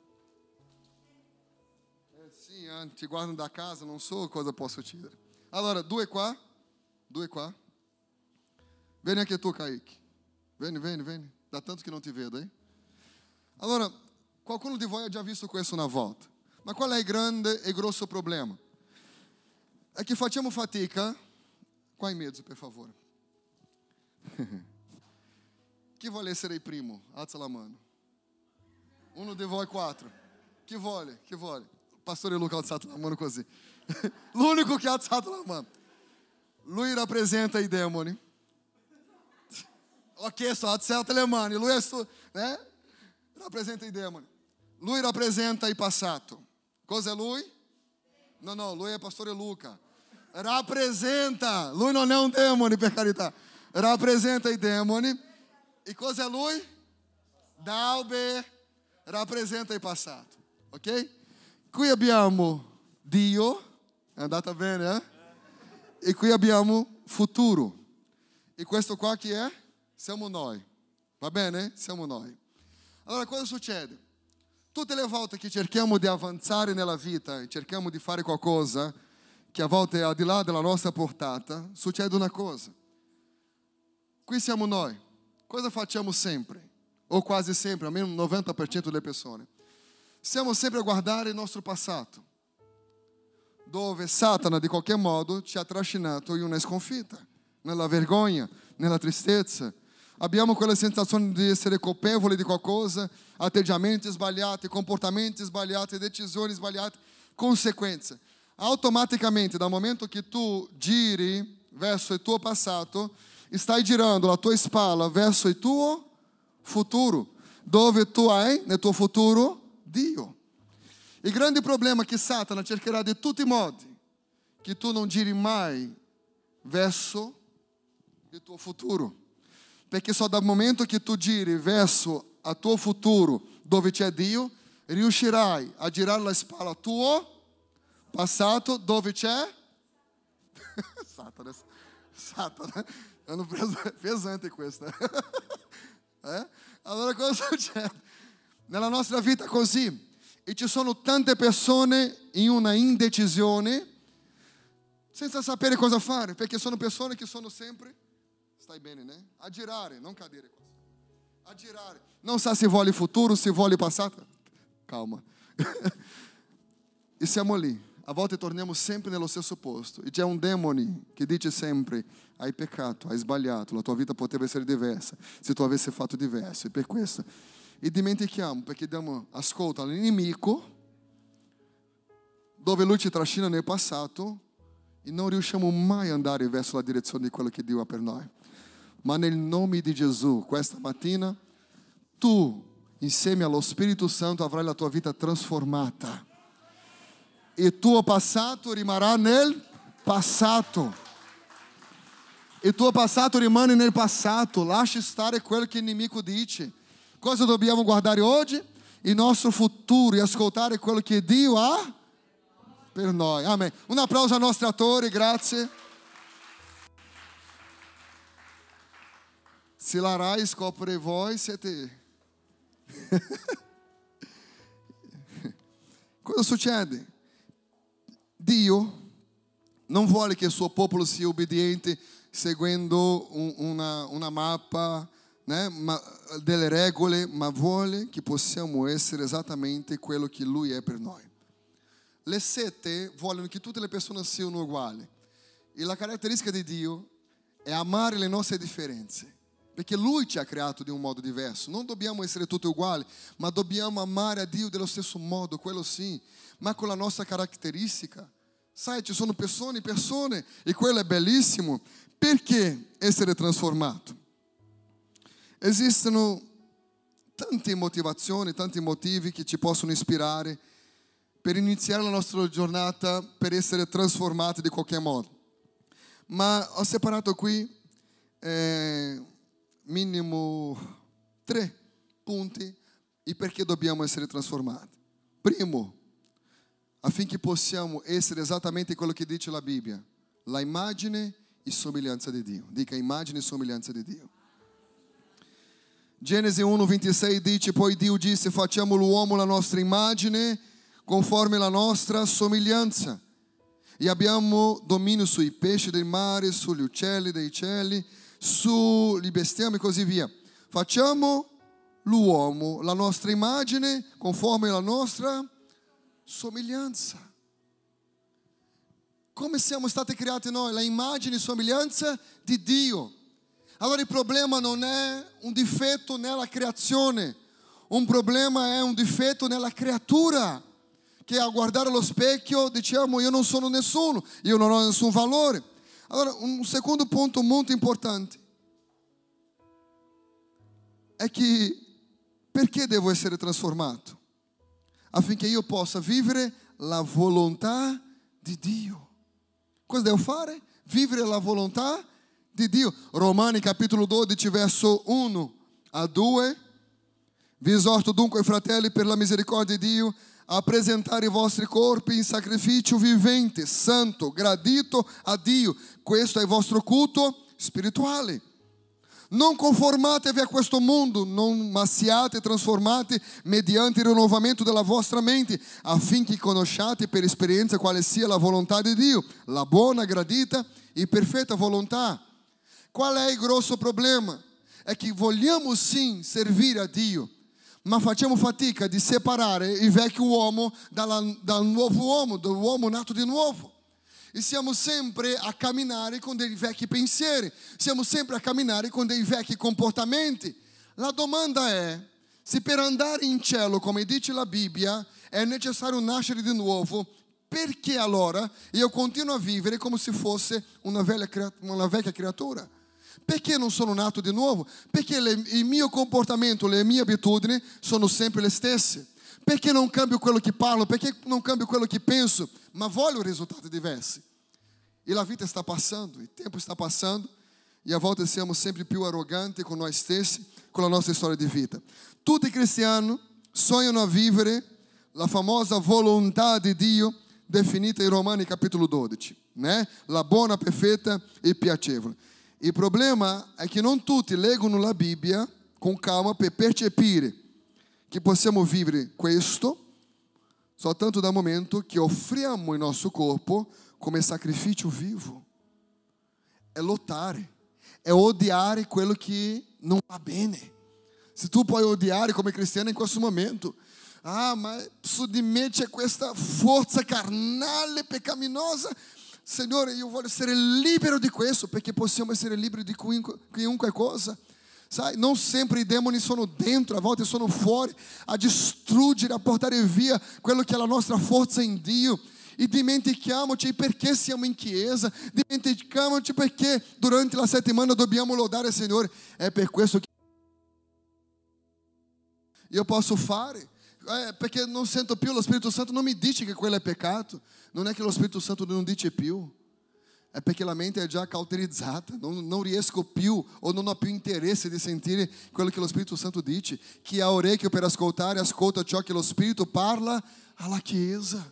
Eh sì, eh, ti guardano da casa, non so cosa posso uccidere. Allora, due qua. Due qua. Vieni anche tu, Kaique. Vieni, vieni, vieni. Da tanto che non ti vedo, hein? Allora, qualcuno di voi ha già visto questo una volta. Ma qual è il grande e grosso problema? È che facciamo fatica. Qua in mezzo, per favore. Chi vuole essere il primo? Alza la mano. Uno di voi quattro. Chi vuole? Chi vuole? Il pastore Luca ha alzato la mano così. L'unico che ha alzato la mano. Lui rappresenta i demoni. Ok, só alzate le mani. Lui, è stu- né? Rappresenta i demoni. Lui rappresenta il passato. Cos'è lui? No, no, lui è pastore Luca. Rappresenta. Lui non è un demone, per carità. Rappresenta i demoni. E cos'è lui? Dalber. Rappresenta il passato. Ok? Qui abbiamo Dio. È andata bene, eh? E qui abbiamo futuro. E questo qua chi è? Siamo noi, va bene? Siamo noi. Allora cosa succede? Tutte le volte che cerchiamo di avanzare nella vita e cerchiamo di fare qualcosa che a volte è al di là della nostra portata, succede una cosa. Qui siamo noi. Cosa facciamo sempre? O quasi sempre, almeno il novanta per cento delle persone. Siamo sempre a guardare il nostro passato, dove Satana di qualche modo ci ha trascinato in una sconfitta, nella vergogna, nella tristezza. Abbiamo quella sensazione di essere colpevoli di qualcosa, atteggiamenti sbagliati, comportamenti sbagliati, decisioni sbagliate, conseguenze. Automaticamente, dal momento che tu giri verso il tuo passato, stai girando la tua spalla verso il tuo futuro, dove tu hai nel tuo futuro Dio. Il grande problema è che Satana cercherà di tutti i modi che tu non giri mai verso il tuo futuro, perché só dal momento che tu giri verso il tuo futuro dove c'è Dio, riuscirai a girare la spalla al tuo passato dove c'è Satana. Satana, hanno preso pesante questa. Eh? Allora cosa succede? Nella nostra vita così, e ci sono tante persone in una indecisione senza sapere cosa fare, perché sono persone che sono sempre, stai bene, né? A girare, non cadere così. A girare. Non sa se vuole futuro, se vuole passato. Calma. E siamo lì. A volte torniamo sempre nello stesso posto. E c'è un demone che dice sempre: hai peccato, hai sbagliato, la tua vita poteva essere diversa se tu avessi fatto diverso. E per questo. E dimentichiamo, perché diamo ascolto all'inimico, dove lui ci trascina nel passato, e non riusciamo mai ad andare verso la direzione di quello che Dio ha per noi. Ma nel nome di Gesù, questa mattina, tu, insieme allo Spirito Santo, avrai la tua vita trasformata. Il tuo passato rimarrà nel passato. Il tuo passato rimane nel passato. Lascia stare quello che il nemico dice. Cosa dobbiamo guardare oggi? Il nostro futuro e ascoltare quello che Dio ha per noi. Amen. Un applauso ai nostri attori, grazie. Se la Rai scopre voi, siete... Cosa succede? Dio non vuole che il suo popolo sia obbediente seguendo un, una, una mappa, né? Ma, delle regole, ma vuole che possiamo essere esattamente quello che Lui è per noi. Le sette vogliono che tutte le persone siano uguali. E la caratteristica di Dio è amare le nostre differenze. Perché Lui ci ha creato di un modo diverso. Non dobbiamo essere tutti uguali, ma dobbiamo amare a Dio dello stesso modo, quello sì, ma con la nostra caratteristica. Sai, ci sono persone, persone, e quello è bellissimo. Perché essere trasformato? Esistono tante motivazioni, tanti motivi che ci possono ispirare per iniziare la nostra giornata, per essere trasformati di qualche modo. Ma ho separato qui eh, minimo tre punti e perché dobbiamo essere trasformati. Primo, affinché possiamo essere esattamente quello che dice la Bibbia, la immagine e somiglianza di Dio. Dica immagine e somiglianza di Dio. Genesi uno ventisei dice: poi Dio disse: facciamo l'uomo la nostra immagine conforme la nostra somiglianza e abbiamo dominio sui pesci del mare, sugli uccelli dei cieli, sugli bestiame e così via. Facciamo l'uomo la nostra immagine conforme la nostra somiglianza. Come siamo stati creati noi? La immagine e somiglianza di Dio. Allora il problema non è un difetto nella creazione, un problema è un difetto nella creatura, che a guardare allo specchio diciamo: io non sono nessuno, io non ho nessun valore. Allora un secondo punto molto importante è che perché devo essere trasformato? Affinché io possa vivere la volontà di Dio. Cosa devo fare? Vivere la volontà di Dio. Romani capitolo dodici verso uno a due. Vi esorto dunque, fratelli, per la misericordia di Dio, a presentare i vostri corpi in sacrificio vivente, santo, gradito a Dio. Questo è il vostro culto spirituale. Non conformatevi a questo mondo, non ma siate trasformati mediante il rinnovamento della vostra mente, affinché conosciate per esperienza quale sia la volontà di Dio, la buona, gradita e perfetta volontà. Qual è il grosso problema? È che vogliamo sim servire a Dio, ma facciamo fatica di separare il vecchio uomo dalla, dal nuovo uomo, dall'uomo nato di nuovo. E siamo sempre a camminare con dei vecchi pensieri, siamo sempre a camminare con dei vecchi comportamenti. La domanda è: se per andare in cielo, come dice la Bibbia, è necessario nascere di nuovo, perché allora io continuo a vivere come se fosse una, vecchia, una vecchia creatura? Perché non sono nato di nuovo? Perché le, il mio comportamento, le mie abitudini sono sempre le stesse. Perché non cambio quello che parlo? Perché non cambio quello che penso? Ma voglio risultati diversi. E la vita sta passando, il tempo sta passando, e a volte siamo sempre più arroganti con noi stessi, con la nostra storia di vita. Tutti i cristiani sonhano a vivere la famosa volontà di Dio definita in Romani capitolo dodici, né? La buona, perfetta e piacevole. Il problema è che non tutti leggono la Bibbia con calma per percepire che possiamo vivere questo soltanto dal momento che offriamo il nostro corpo come sacrificio vivo. È lottare, è odiare quello che non va bene. Se tu puoi odiare come cristiano in questo momento, ah, ma su di me c'è questa forza carnale, peccaminosa. Signore, io voglio essere libero di questo, perché possiamo essere liberi di qualunque cosa. Sai, non sempre i demoni sono dentro, a volte sono fuori, a distruggere, a portare via quello che è la nostra forza in Dio. E dimentichiamoci perché siamo in chiesa, dimentichiamoci perché durante la settimana dobbiamo lodare il Signore. È per questo che io posso fare. Eh, perché non sento più, lo Spirito Santo non mi dice che quello è peccato. Non è che lo Spirito Santo non dice più, è perché la mente è già cauterizzata, non, non riesco più o non ho più interesse di sentire quello che lo Spirito Santo dice. Chi ha orecchio per ascoltare, ascolta ciò che lo Spirito parla alla Chiesa.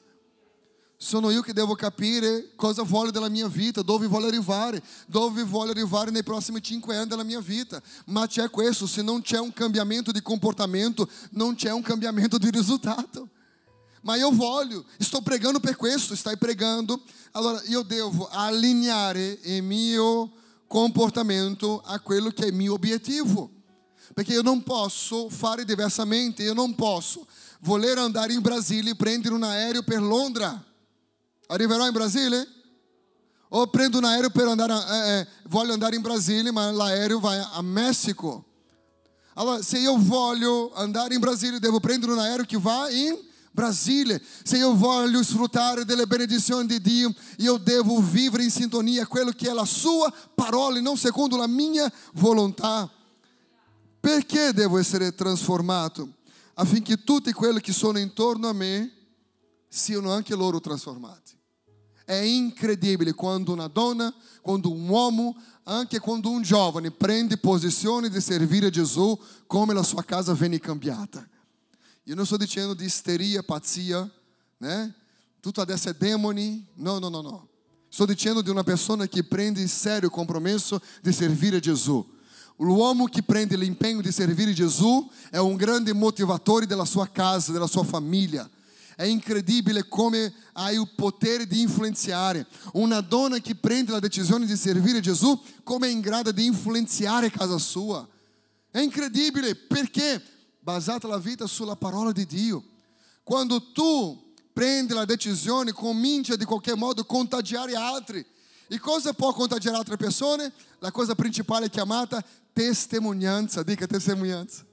Sono io che devo capire cosa voglio della mia vita, dove voglio arrivare, dove voglio arrivare nei prossimi cinque anni della mia vita. Ma c'è questo, se non c'è un cambiamento di comportamento, non c'è un cambiamento di risultato. Ma io voglio, sto pregando per questo, stai pregando, allora io devo allineare il mio comportamento a quello che è il mio obiettivo. Perché io non posso fare diversamente, io non posso voler andare in Brasile e prendere un aereo per Londra. Arriverò in Brasile? O prendo un aereo per andare, a, eh, voglio andare in Brasile, ma l'aereo va a Messico. Allora, se io voglio andare in Brasile, devo prendere un aereo che va in Brasile. Se io voglio sfruttare delle benedizioni di Dio, io devo vivere in sintonia con quello che è la sua parola e non secondo la mia volontà. Perché devo essere trasformato? Affinché tutti quelli che sono intorno a me siano anche loro trasformati. È incredibile quando una donna, quando un uomo, anche quando un giovane prende posizione di servire Gesù, come la sua casa viene cambiata. Io non sto dicendo di isteria, pazzia, né? Tutto adesso è demoni. No, no, no, no. Sto dicendo di una persona che prende in serio il compromesso di servire Gesù. L'uomo che prende l'impegno di servire Gesù è un grande motivatore della sua casa, della sua famiglia. È incredibile come hai il potere di influenzare. Una donna che prende la decisione di servire Gesù, come è in grado di influenzare casa sua. È incredibile perché basata la vita sulla parola di Dio. Quando tu prendi la decisione, comincia di qualche modo a contagiare altri. E cosa può contagiare altre persone? La cosa principale è chiamata testimonianza. Dica testimonianza.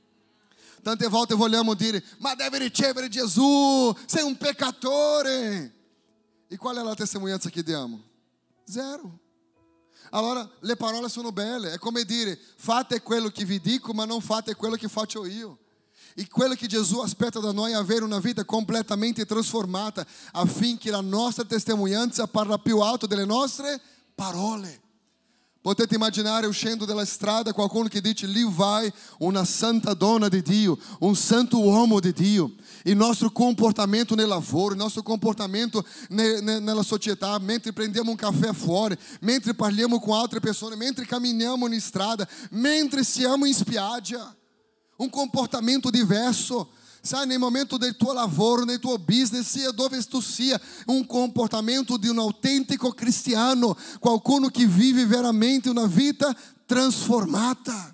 Tante volte vogliamo dire, ma devi ricevere Gesù, sei un peccatore. E qual è la testimonianza che diamo? Zero. Allora le parole sono belle, è come dire, fate quello che vi dico, ma non fate quello che faccio io. E quello che Gesù aspetta da noi è avere una vita completamente trasformata, affinché la nostra testimonianza parla più alto delle nostre parole. Potete immaginare uscendo dalla strada qualcuno che dice, lì vai una santa donna di Dio, un santo uomo di Dio. Il nostro comportamento nel lavoro, il nostro comportamento ne, ne, nella società, mentre prendiamo un caffè fuori, mentre parliamo con altre persone, mentre camminiamo in strada, mentre siamo in spiaggia. Un comportamento diverso. Sai, nel momento del tuo lavoro, nel tuo business, sia dove tu sia, un comportamento di un autentico cristiano, qualcuno che vive veramente una vita trasformata.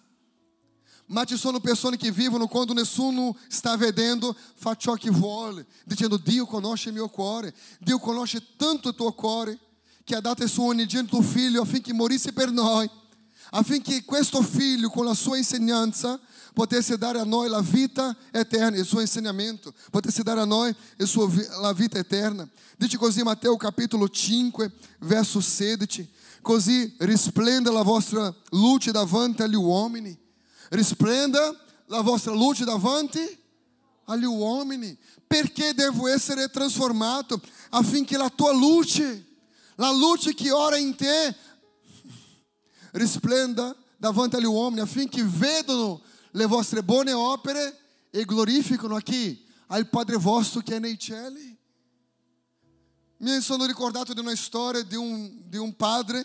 Ma ci sono persone che vivono quando nessuno sta vedendo, fa ciò che vuole, dicendo Dio conosce il mio cuore, Dio conosce tanto il tuo cuore, che ha dato il suo unigenito figlio affinché morisse per noi, affinché questo figlio con la sua insegnanza potesse dare a noi la vita eterna, il suo insegnamento, potesse dare a noi il suo, la vita eterna. Dice così Matteo capitolo cinque, verso sedici, così risplenda la vostra luce davanti agli uomini. Risplenda la vostra luce davanti agli uomini. Perché devo essere trasformato? Affinché la tua luce, la luce che ora in te, risplenda davanti agli uomini, affinché vedano le vostre buone opere e glorificano a chi? Al Padre vostro che è nei cieli. Mi sono ricordato di una storia di un, di un padre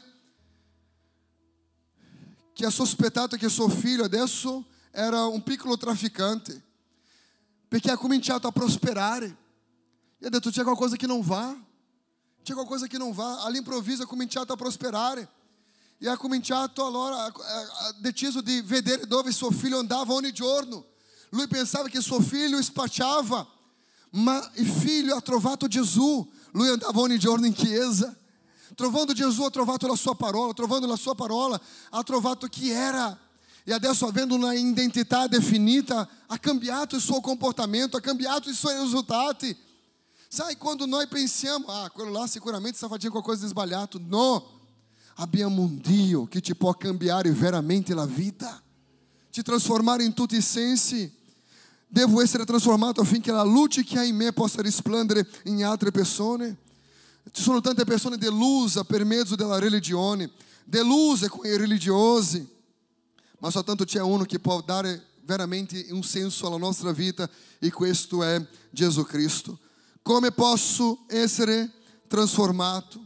che ha sospettato che suo figlio adesso era un piccolo trafficante, perché ha cominciato a prosperare. E ha detto: c'è qualcosa che non va, c'è qualcosa che non va. All'improvviso ha cominciato a prosperare. E ha cominciato allora, ha deciso di vedere dove suo figlio andava ogni giorno. Lui pensava che suo figlio spacciava, ma il figlio ha trovato Gesù. Lui andava ogni giorno in chiesa. Trovando Gesù ha trovato la sua parola, trovando la sua parola ha trovato chi era. E adesso, avendo una identità definita, ha cambiato il suo comportamento, ha cambiato i suoi risultati. Sai, quando noi pensiamo: ah, quello là sicuramente sta facendo qualcosa di sbagliato. No, abbiamo un Dio che ti può cambiare veramente la vita, ti trasformare in tutti i sensi. Devo essere trasformato affinché la luce che ha in me possa risplendere in altre persone. Ci sono tante persone deluse per mezzo della religione, deluse con i religiosi, ma soltanto c'è uno che può dare veramente un senso alla nostra vita, e questo è Gesù Cristo. Come posso essere trasformato?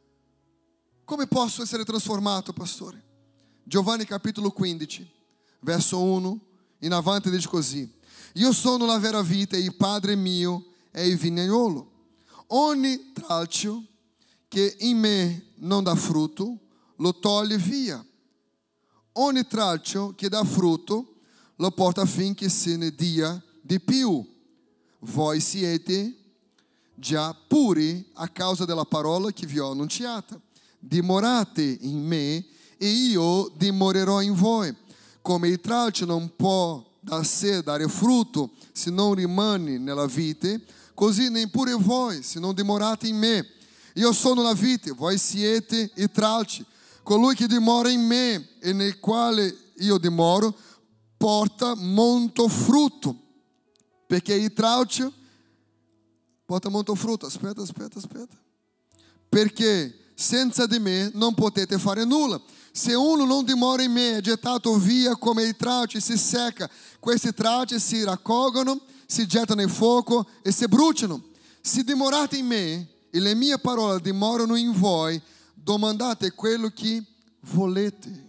Come posso essere trasformato, pastore? Giovanni capitolo quindici, verso uno in avanti dice così: Io sono la vera vita e il Padre mio è il vignaiolo. Ogni tralcio che in me non dà frutto lo toglie via. Ogni tralcio che dà frutto lo porta affinché se ne dia di più. Voi siete già puri a causa della parola che vi ho annunciata. Dimorate in me e io dimorerò in voi. Come il tralcio non può da sé dare frutto se non rimane nella vite, così neppure voi se non dimorate in me. Io sono la vite, voi siete i tralci. Colui che dimora in me e nel quale io dimoro porta molto frutto, perché il tralcio porta molto frutto. Aspetta, aspetta, aspetta. Perché senza di me non potete fare nulla. Se uno non dimora in me, è gettato via come il tralcio e si secca. Questi tralci si raccolgono, si gettano in fuoco e si bruciano. Se dimorate in me e le mie parole dimorano in voi, domandate quello che volete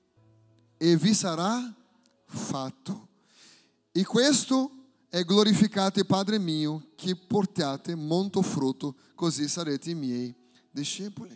e vi sarà fatto. E questo è glorificato, Padre mio, che portate molto frutto, così sarete i miei discepoli.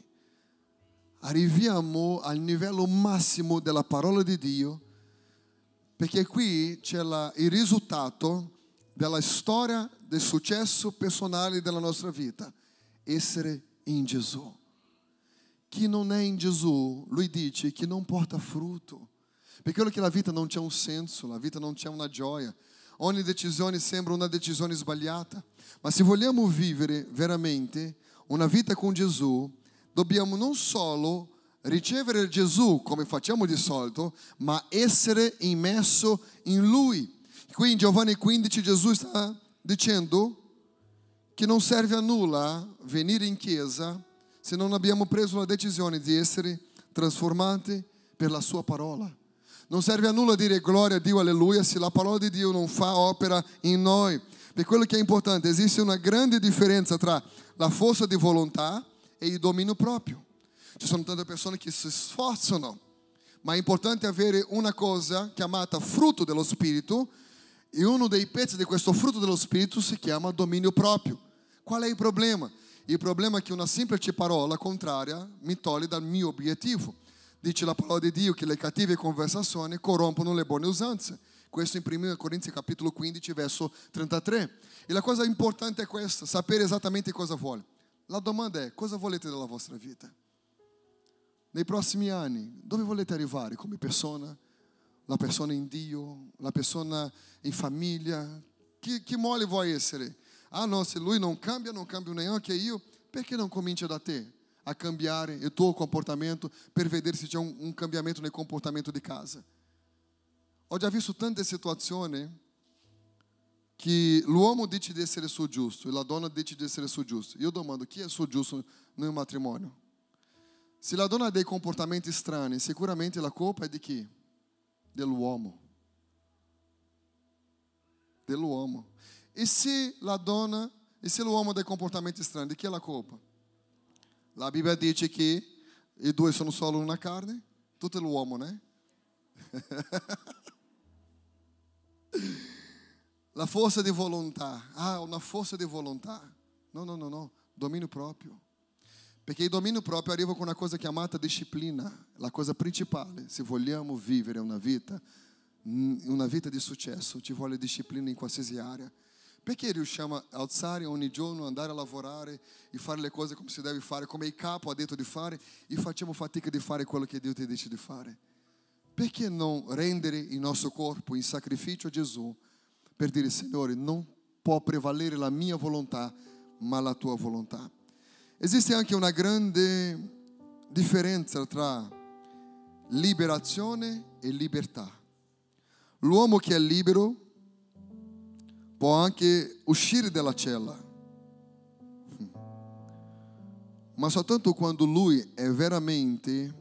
Arriviamo al livello massimo della parola di Dio, perché qui c'è la, il risultato della storia del successo personale della nostra vita: essere in Gesù. Chi non è in Gesù, lui dice che non porta frutto, perché quello che la vita non c'è un senso, la vita non c'è una gioia. Ogni decisione sembra una decisione sbagliata, ma se vogliamo vivere veramente una vita con Gesù, dobbiamo non solo ricevere Gesù come facciamo di solito, ma essere immerso in Lui. Qui in Giovanni quindici Gesù sta dicendo che non serve a nulla venire in chiesa se non abbiamo preso la decisione di essere trasformati per la sua parola. Non serve a nulla dire gloria a Dio, alleluia, se la parola di Dio non fa opera in noi. Per quello che è importante, esiste una grande differenza tra la forza di volontà e il dominio proprio. Ci sono tante persone che si sforzano, ma è importante avere una cosa chiamata frutto dello Spirito, e uno dei pezzi di questo frutto dello Spirito si chiama dominio proprio. Qual è il problema? Il problema è che una semplice parola contraria mi toglie dal mio obiettivo. Dice la parola di Dio che le cattive conversazioni corrompono le buone usanze. Questo in primo Corinzi capitolo quindici verso trentatré. E la cosa importante è questa: sapere esattamente cosa vuole. La domanda è: cosa volete dalla vostra vita? Nei prossimi anni, dove volete arrivare come persona? La persona in Dio, la persona in famiglia? Che, che mole vuoi essere? Ah no, se lui non cambia, non cambio neanche io. Perché non comincia da te? a cambiare il tuo comportamento per vedere se c'è un, un cambiamento nel comportamento di casa. Ho già visto tante situazioni che l'uomo dice di essere suo giusto e la donna dice di essere suo giusto. Io domando, chi è suo giusto nel matrimonio? Se la donna ha dei comportamenti strani, sicuramente la colpa è di chi? Dell'uomo. Dell'uomo. E se la donna, e se l'uomo ha dei comportamenti strani, di chi è la colpa? La Bibbia dice che i due sono solo una carne, tutto è l'uomo, né? La forza di volontà, ah, una forza di volontà. No, no, no, no, dominio proprio. Perché il dominio proprio arriva con una cosa chiamata disciplina, la cosa principale. Se vogliamo vivere una vita, una vita di successo, ci vuole disciplina in qualsiasi area. Perché riusciamo a alzare ogni giorno, andare a lavorare e fare le cose come si deve fare, come il capo ha detto di fare, e facciamo fatica di fare quello che Dio ti dice di fare? Perché non rendere il nostro corpo in sacrificio a Gesù per dire, Signore, non può prevalere la mia volontà, ma la tua volontà. Esiste anche una grande differenza tra liberazione e libertà. L'uomo che è libero può anche uscire dalla cella, ma soltanto quando lui è veramente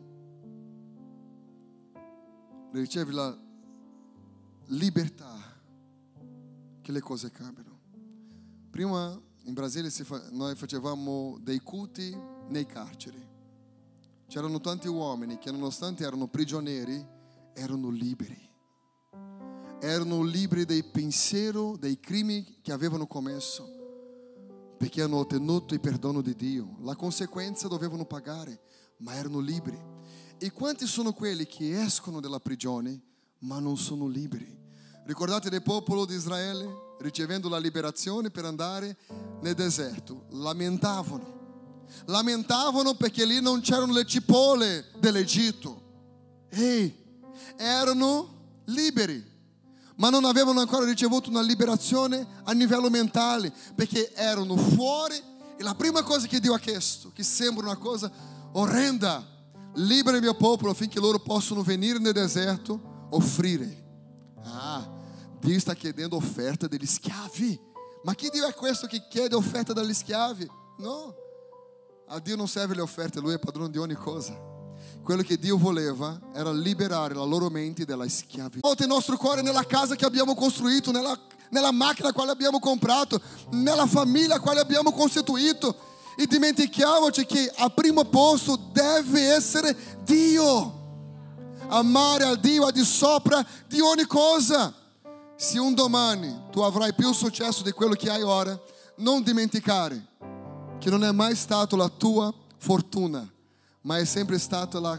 riceve la libertà che le cose cambiano. Prima in Brasile si fa, noi facevamo dei culti nei carceri. C'erano tanti uomini che, nonostante erano prigionieri, erano liberi. Erano liberi dai pensieri, dai crimini che avevano commesso, perché hanno ottenuto il perdono di Dio. La conseguenza dovevano pagare, ma erano liberi. E quanti sono quelli che escono dalla prigione, ma non sono liberi? Ricordate del popolo di Israele? Ricevendo la liberazione per andare nel deserto, lamentavano. Lamentavano perché lì non c'erano le cipolle dell'Egitto. Ehi, erano liberi, ma non avevano ancora ricevuto una liberazione a livello mentale, perché erano fuori. E la prima cosa che Dio ha chiesto, che sembra una cosa orrenda: libera il mio popolo affinché loro possano venire nel deserto offrire. Ah, Dio sta chiedendo offerta degli schiavi. Ma che Dio è questo che chiede offerta dagli schiavi? No, a Dio non serve le offerte, Lui è padrone di ogni cosa. Quello che Dio voleva era liberare la loro mente dalla schiavitù. Volta il nostro cuore nella casa che abbiamo costruito, nella, nella macchina quale abbiamo comprato, nella famiglia quale abbiamo costituito, e dimentichiamoci che al primo posto deve essere Dio. Amare a Dio al di sopra di ogni cosa. Se un domani tu avrai più successo di quello che hai ora, non dimenticare che non è mai stato la tua fortuna, ma è sempre stata la,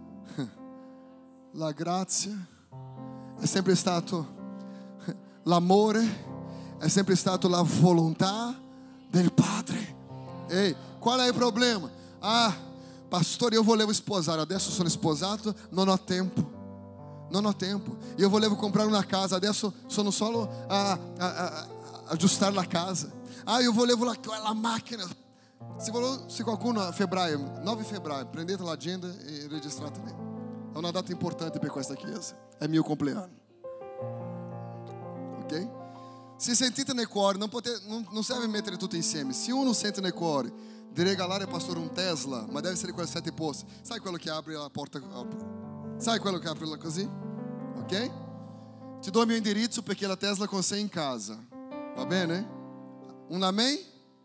la grazia, è sempre stato l'amore, è sempre stata la volontà del Padre. Ehi, qual è il problema? Ah, pastore, io volevo sposare, adesso sono sposato, non ho tempo. Non ho tempo. Io volevo comprare una casa, adesso sono solo a, a, a, a aggiustare la casa. Ah, io volevo la, la macchina. Se, volevo, se qualcuno a febbraio, nove febbraio, prendete l'agenda e registrate lì. È una data importante per questa chiesa. È il mio compleanno. Ok? Se sentite nel cuore, non, potete, non, non serve mettere tutto insieme. Se uno sente nel cuore di regalare al pastore un Tesla, ma deve essere quel sette posti. Sai quello che apre la porta? Sai quello che apre così? Ok? Ti do il mio indirizzo perché la Tesla con sé in casa. Va bene? Un amen?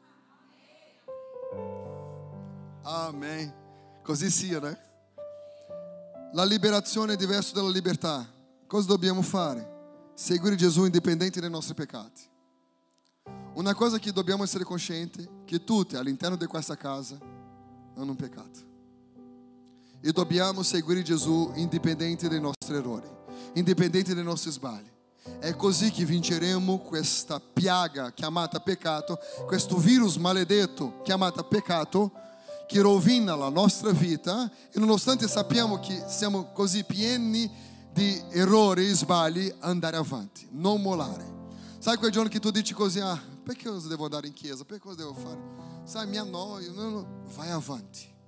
Amen. Così sia, né? La liberazione è diversa dalla libertà. Cosa dobbiamo fare? Seguire Gesù indipendente dai nostri peccati. Una cosa che dobbiamo essere coscienti, che tutti all'interno di questa casa hanno un peccato. E dobbiamo seguire Gesù indipendente dai nostri errori, indipendente dai nostri sbagli. È così che vinceremo questa piaga chiamata peccato, questo virus maledetto chiamato peccato, che rovina la nostra vita. E nonostante sappiamo che siamo così pieni di errori e sbagli, andare avanti, non mollare. Sai quel giorno che tu dici così: ah, perché cosa devo andare in chiesa? Perché cosa devo fare? Sai, mi annoio. No, no. Vai avanti.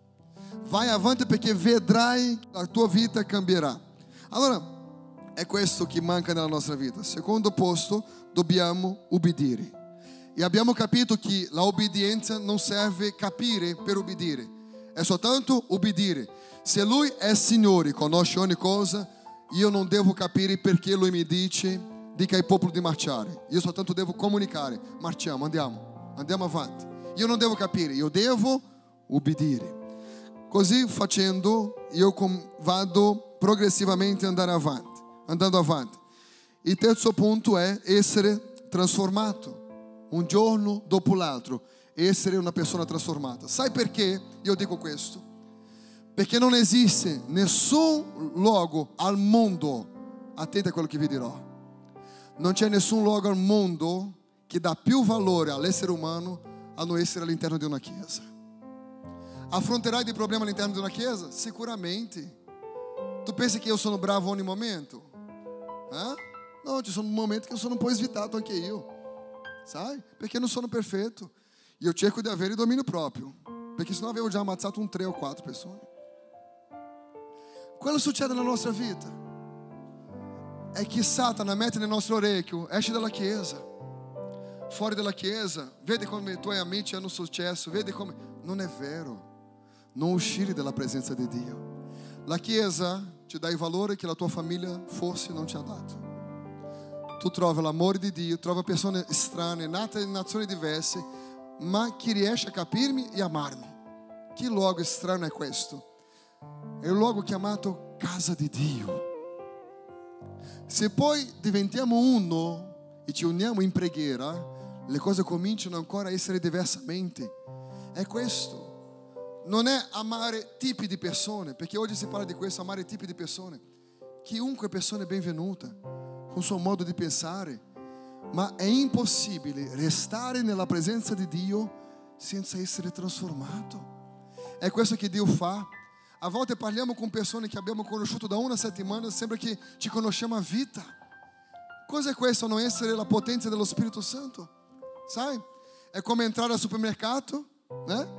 Vai avanti perché vedrai la tua vita cambierà. Allora, è questo che manca nella nostra vita. Secondo posto, dobbiamo ubbidire. E abbiamo capito che la obbedienza non serve capire per ubbidire, è soltanto ubbidire. Se Lui è Signore, conosce ogni cosa, io non devo capire perché Lui mi dice, dica ai popoli di marciare. Io soltanto devo comunicare, marciamo, andiamo, andiamo avanti. Io non devo capire, io devo ubbidire. Così facendo, io vado progressivamente a andare avanti, andando avanti. Il terzo punto è essere trasformato, un giorno dopo l'altro, essere una persona trasformata. Sai perché io dico questo? Perché non esiste nessun luogo al mondo, attenti a quello che vi dirò, non c'è nessun luogo al mondo che dà più valore all'essere umano a non essere all'interno di una chiesa. Affronterai dei problemi all'interno di una chiesa? Sicuramente. Tu pensi che io sono bravo ogni momento? Eh? No, ci sono momenti che eu sono un po' svitato anche io, sai? Perché non sono perfetto. Io cerco di avere domínio proprio, perché senão avevo già ammazzato un tre o quattro persone. Quello succede nella nostra vita è che Satana mette nel nostro orecchio, esci dalla chiesa, fuori dalla chiesa, vedi come i tuoi amici hanno successo, vedi come... Non è vero. Non uscire dalla presenza di Dio. La chiesa ti dà il valore che la tua famiglia forse non ti ha dato. Tu trovi l'amore di Dio, trovi persone strane, nate in nazioni diverse, ma che riesce a capirmi e amarmi. Che luogo strano è questo? È un luogo chiamato casa di Dio. Se poi diventiamo uno e ci uniamo in preghiera, le cose cominciano ancora a essere diversamente. È questo. Non è amare tipi di persone, perché oggi si parla di questo, amare tipi di persone. Chiunque persona è benvenuta, con il suo modo di pensare, ma è impossibile restare nella presenza di Dio senza essere trasformato. È questo che Dio fa. A volte parliamo con persone che abbiamo conosciuto da una settimana, sembra che ci conosciamo a vita. Cos'è questo? Non essere la potenza dello Spirito Santo? Sai? È come entrare al supermercato, né?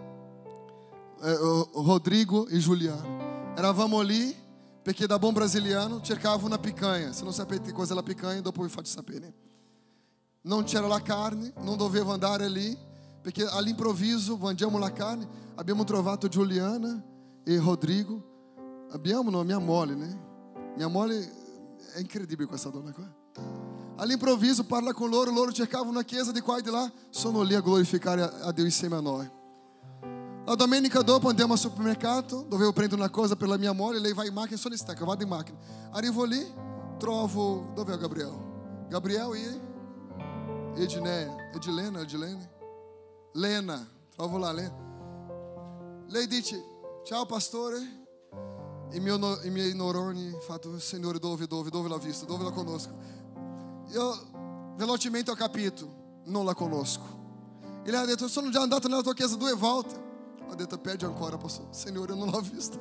Rodrigo e Juliano eravamo lì perché da bom brasiliano cercava una picanha. Se non sapete cos'è la picanha, dopo vi faccio sapere. Non c'era la carne, non dovevo andare lì perché all'improvviso vendiamo la carne. Abbiamo trovato Juliana e Rodrigo. Abbiamo no, mia mole, né? Mia mole è incredibile questa donna qua. All'improvviso parla con loro, loro cercavano una chiesa di qua e di là. Sono lì a glorificare a Dio insieme a noi. La domenica dopo andiamo al supermercato, dovevo prendere una cosa per la mia moglie, lei va in macchina, sono stacca, vado in macchina. Arrivo lì, trovo, dove è Gabriel? Gabriel e Ednea, Edilena, Edilene? Lena, trovo lá Lena. Lei dice, ciao pastore, i miei, i miei neuroni fanno, Signore dove, dove, dove l'ho vista, dove la conosco? Io velocemente ho capito, non la conosco. E lei ha detto, sono già andato nella tua chiesa due volte. Ho detto, pede ancora, pastor. Signore, eu non l'ho vista.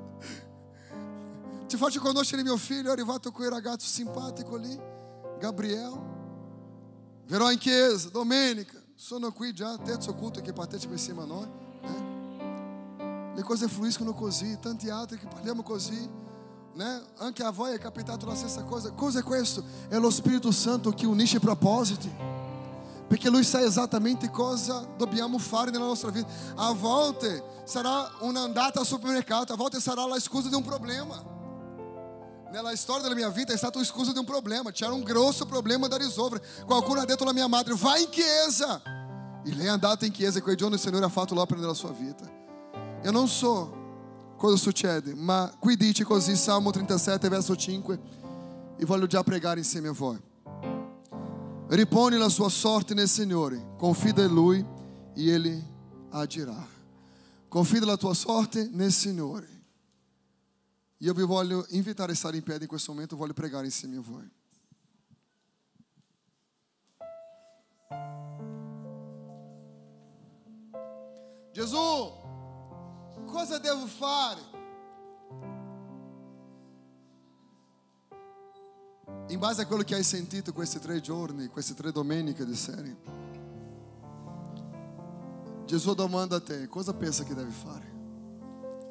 Ti faccio conoscere mio figlio, è arrivato quel ragazzo simpatico lì, Gabriel. Verrò in chiesa, domenica. Sono qui già, terzo culto che partecipa insieme a noi. Eh? Le cose fluiscono così, tanti altri che parliamo così. Né? Anche a voi è capitato la stessa cosa. Cosa è questo? È lo Spirito Santo che unisce i propositi. Perché Lui sa esattamente cosa dobbiamo fare nella nostra vita. A volte sarà un'andata al supermercato, a volte sarà la scusa di un problema. Nella storia della mia vita è stata la scusa di un problema. C'era un grosso problema da risolvere. Qualcuno ha detto alla mia madre, vai in chiesa. E lei è andata in chiesa e quei giorni il Signore ha fatto l'opera nella sua vita. Io non so cosa succede, ma qui dice così, Salmo trentasette, verso cinque, e voglio già pregare insieme a voi. Riponi la sua sorte nel Signore, confida in Lui e Ele agirà. Confida la tua sorte nel Signore. Io vi voglio invitare a stare in piedi in questo momento, voglio pregare insieme a voi. Gesù, cosa devo fare? In base a quello che hai sentito questi tre giorni, queste tre domeniche di serie, Gesù domanda a te, cosa pensa che devi fare?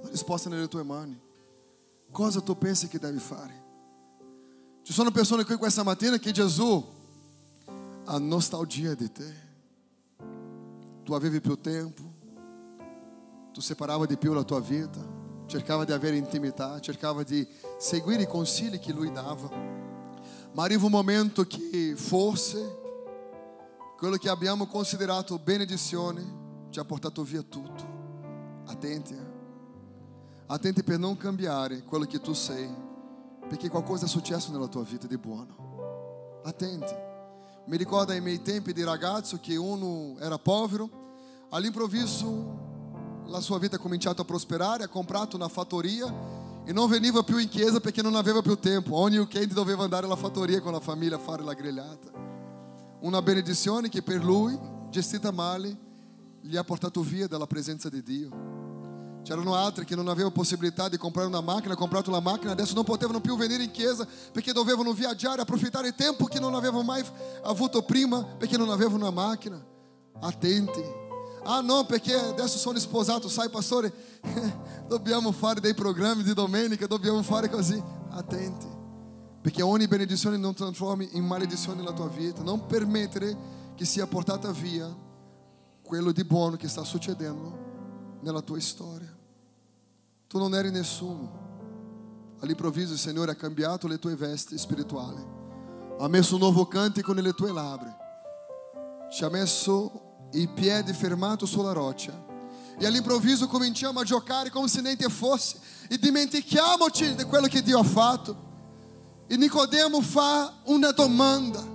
La risposta è nelle tue mani. Cosa tu pensi che devi fare? Ci sono persone qui questa mattina che Gesù ha nostalgia di te. Tu avevi più tempo, tu separava di più la tua vita, cercava di avere intimità, cercava di seguire i consigli che Lui dava. Ma arriva un momento che forse quello che abbiamo considerato benedizione ci ha portato via tutto. Attenti, eh? Attenti per non cambiare quello che tu sei, perché qualcosa è successo nella tua vita di buono. Attenti. Mi ricordo ai miei tempi di ragazzo che uno era povero, all'improvviso la sua vita ha cominciato a prosperare, ha comprato una fattoria e non veniva più in chiesa perché non aveva più tempo. Ogni weekend doveva andare alla fattoria con la famiglia a fare la grigliata. Una benedizione che per lui, gestita male, gli ha portato via dalla presenza di Dio. C'erano altri che non avevano possibilità di comprare una macchina, hanno comprato la macchina, adesso non potevano più venire in chiesa perché dovevano viaggiare, approfittare il tempo che non avevano mai avuto prima perché non avevano una macchina. Attenti. Ah no, perché adesso sono sposato, sai pastore, dobbiamo fare dei programmi di domenica, dobbiamo fare così. Attenti, perché ogni benedizione non trasformi in maledizione nella tua vita. Non permettere che sia portata via quello di buono che sta succedendo nella tua storia. Tu non eri nessuno, all'improvviso il Signore ha cambiato le tue vesti spirituali, ha messo un nuovo cantico nelle tue labbra, ci ha messo i piedi fermato sulla roccia e all'improvviso cominciamo a giocare come se niente fosse e dimentichiamoci di quello che Dio ha fatto. E Nicodemo fa una domanda: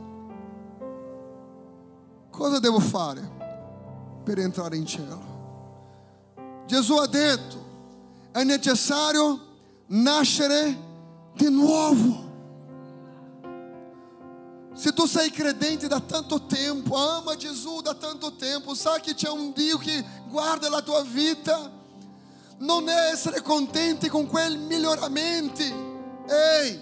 cosa devo fare per entrare in cielo? Gesù ha detto: è necessario nascere di nuovo. Se tu sei credente da tanto tempo, ama Gesù da tanto tempo, sai che c'è un Dio che guarda la tua vita, non è essere contenti con quei miglioramenti. Ehi,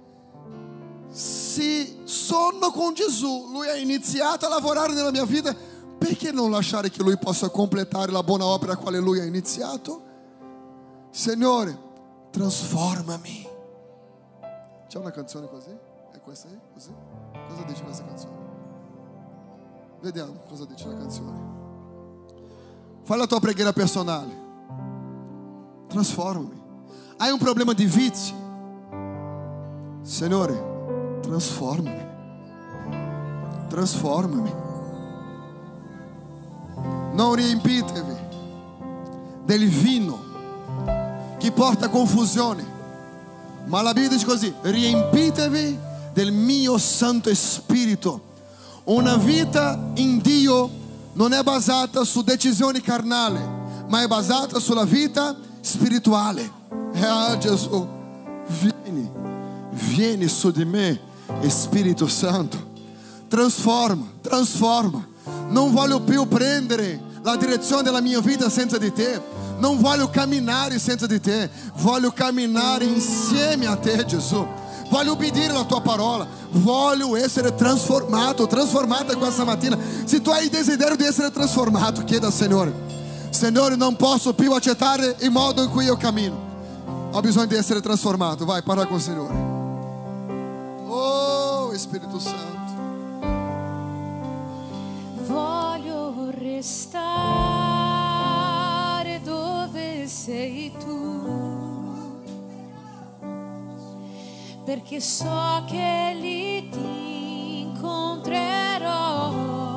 se sono con Gesù, Lui ha iniziato a lavorare nella mia vita, perché non lasciare che Lui possa completare la buona opera a quale Lui ha iniziato? Signore, trasformami. C'è una canzone così? È questa aí? Così? Cosa dice questa canzone? Vediamo cosa dice la canzone. Fai la tua preghiera personale. Trasformami. Hai un problema di vizi? Signore, trasformami. Trasformami. Non riempitevi del vino che porta confusione, ma la Bibbia dice così: riempitevi del mio Santo Spirito. Una vita in Dio non è basata su decisioni carnali, ma è basata sulla vita spirituale. Ah, Gesù, vieni, vieni su di me, Spirito Santo, trasforma, trasforma. Non voglio più prendere la direzione della mia vita senza di te, non voglio camminare senza di te, voglio camminare insieme a te, Gesù. Voglio obbedire alla tua parola, voglio essere trasformato, trasformata questa mattina. Se tu hai il desiderio di essere trasformato, chieda al Signore: Signore, non posso più accettare il modo in cui io cammino, ho bisogno di essere trasformato. Vai, parla con il Signore. Oh, Spirito Santo, voglio restare dove sei tu, perché so che lì ti incontrerò.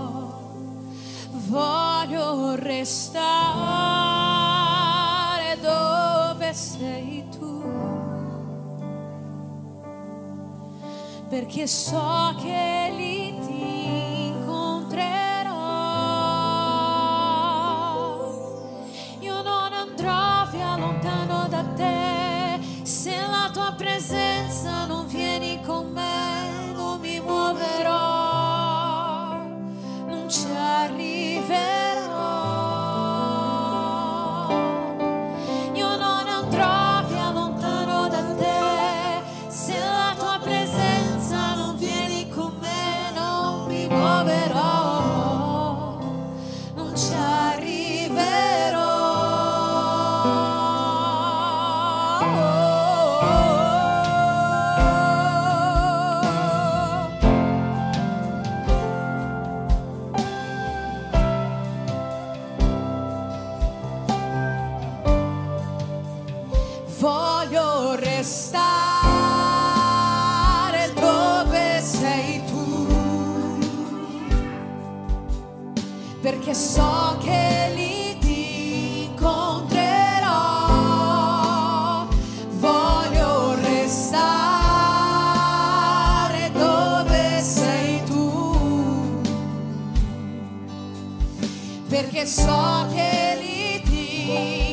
Voglio restare dove sei tu, perché so che lì ti incontrerò. Io non andrò via lontano da te, se la tua presenza non vieni con me, non mi muoverò, non ci arriverò. Io non andrò via lontano da te, se la tua presenza non vieni con me, perché so che lì ti incontrerò. Voglio restare dove sei tu, perché so che lì ti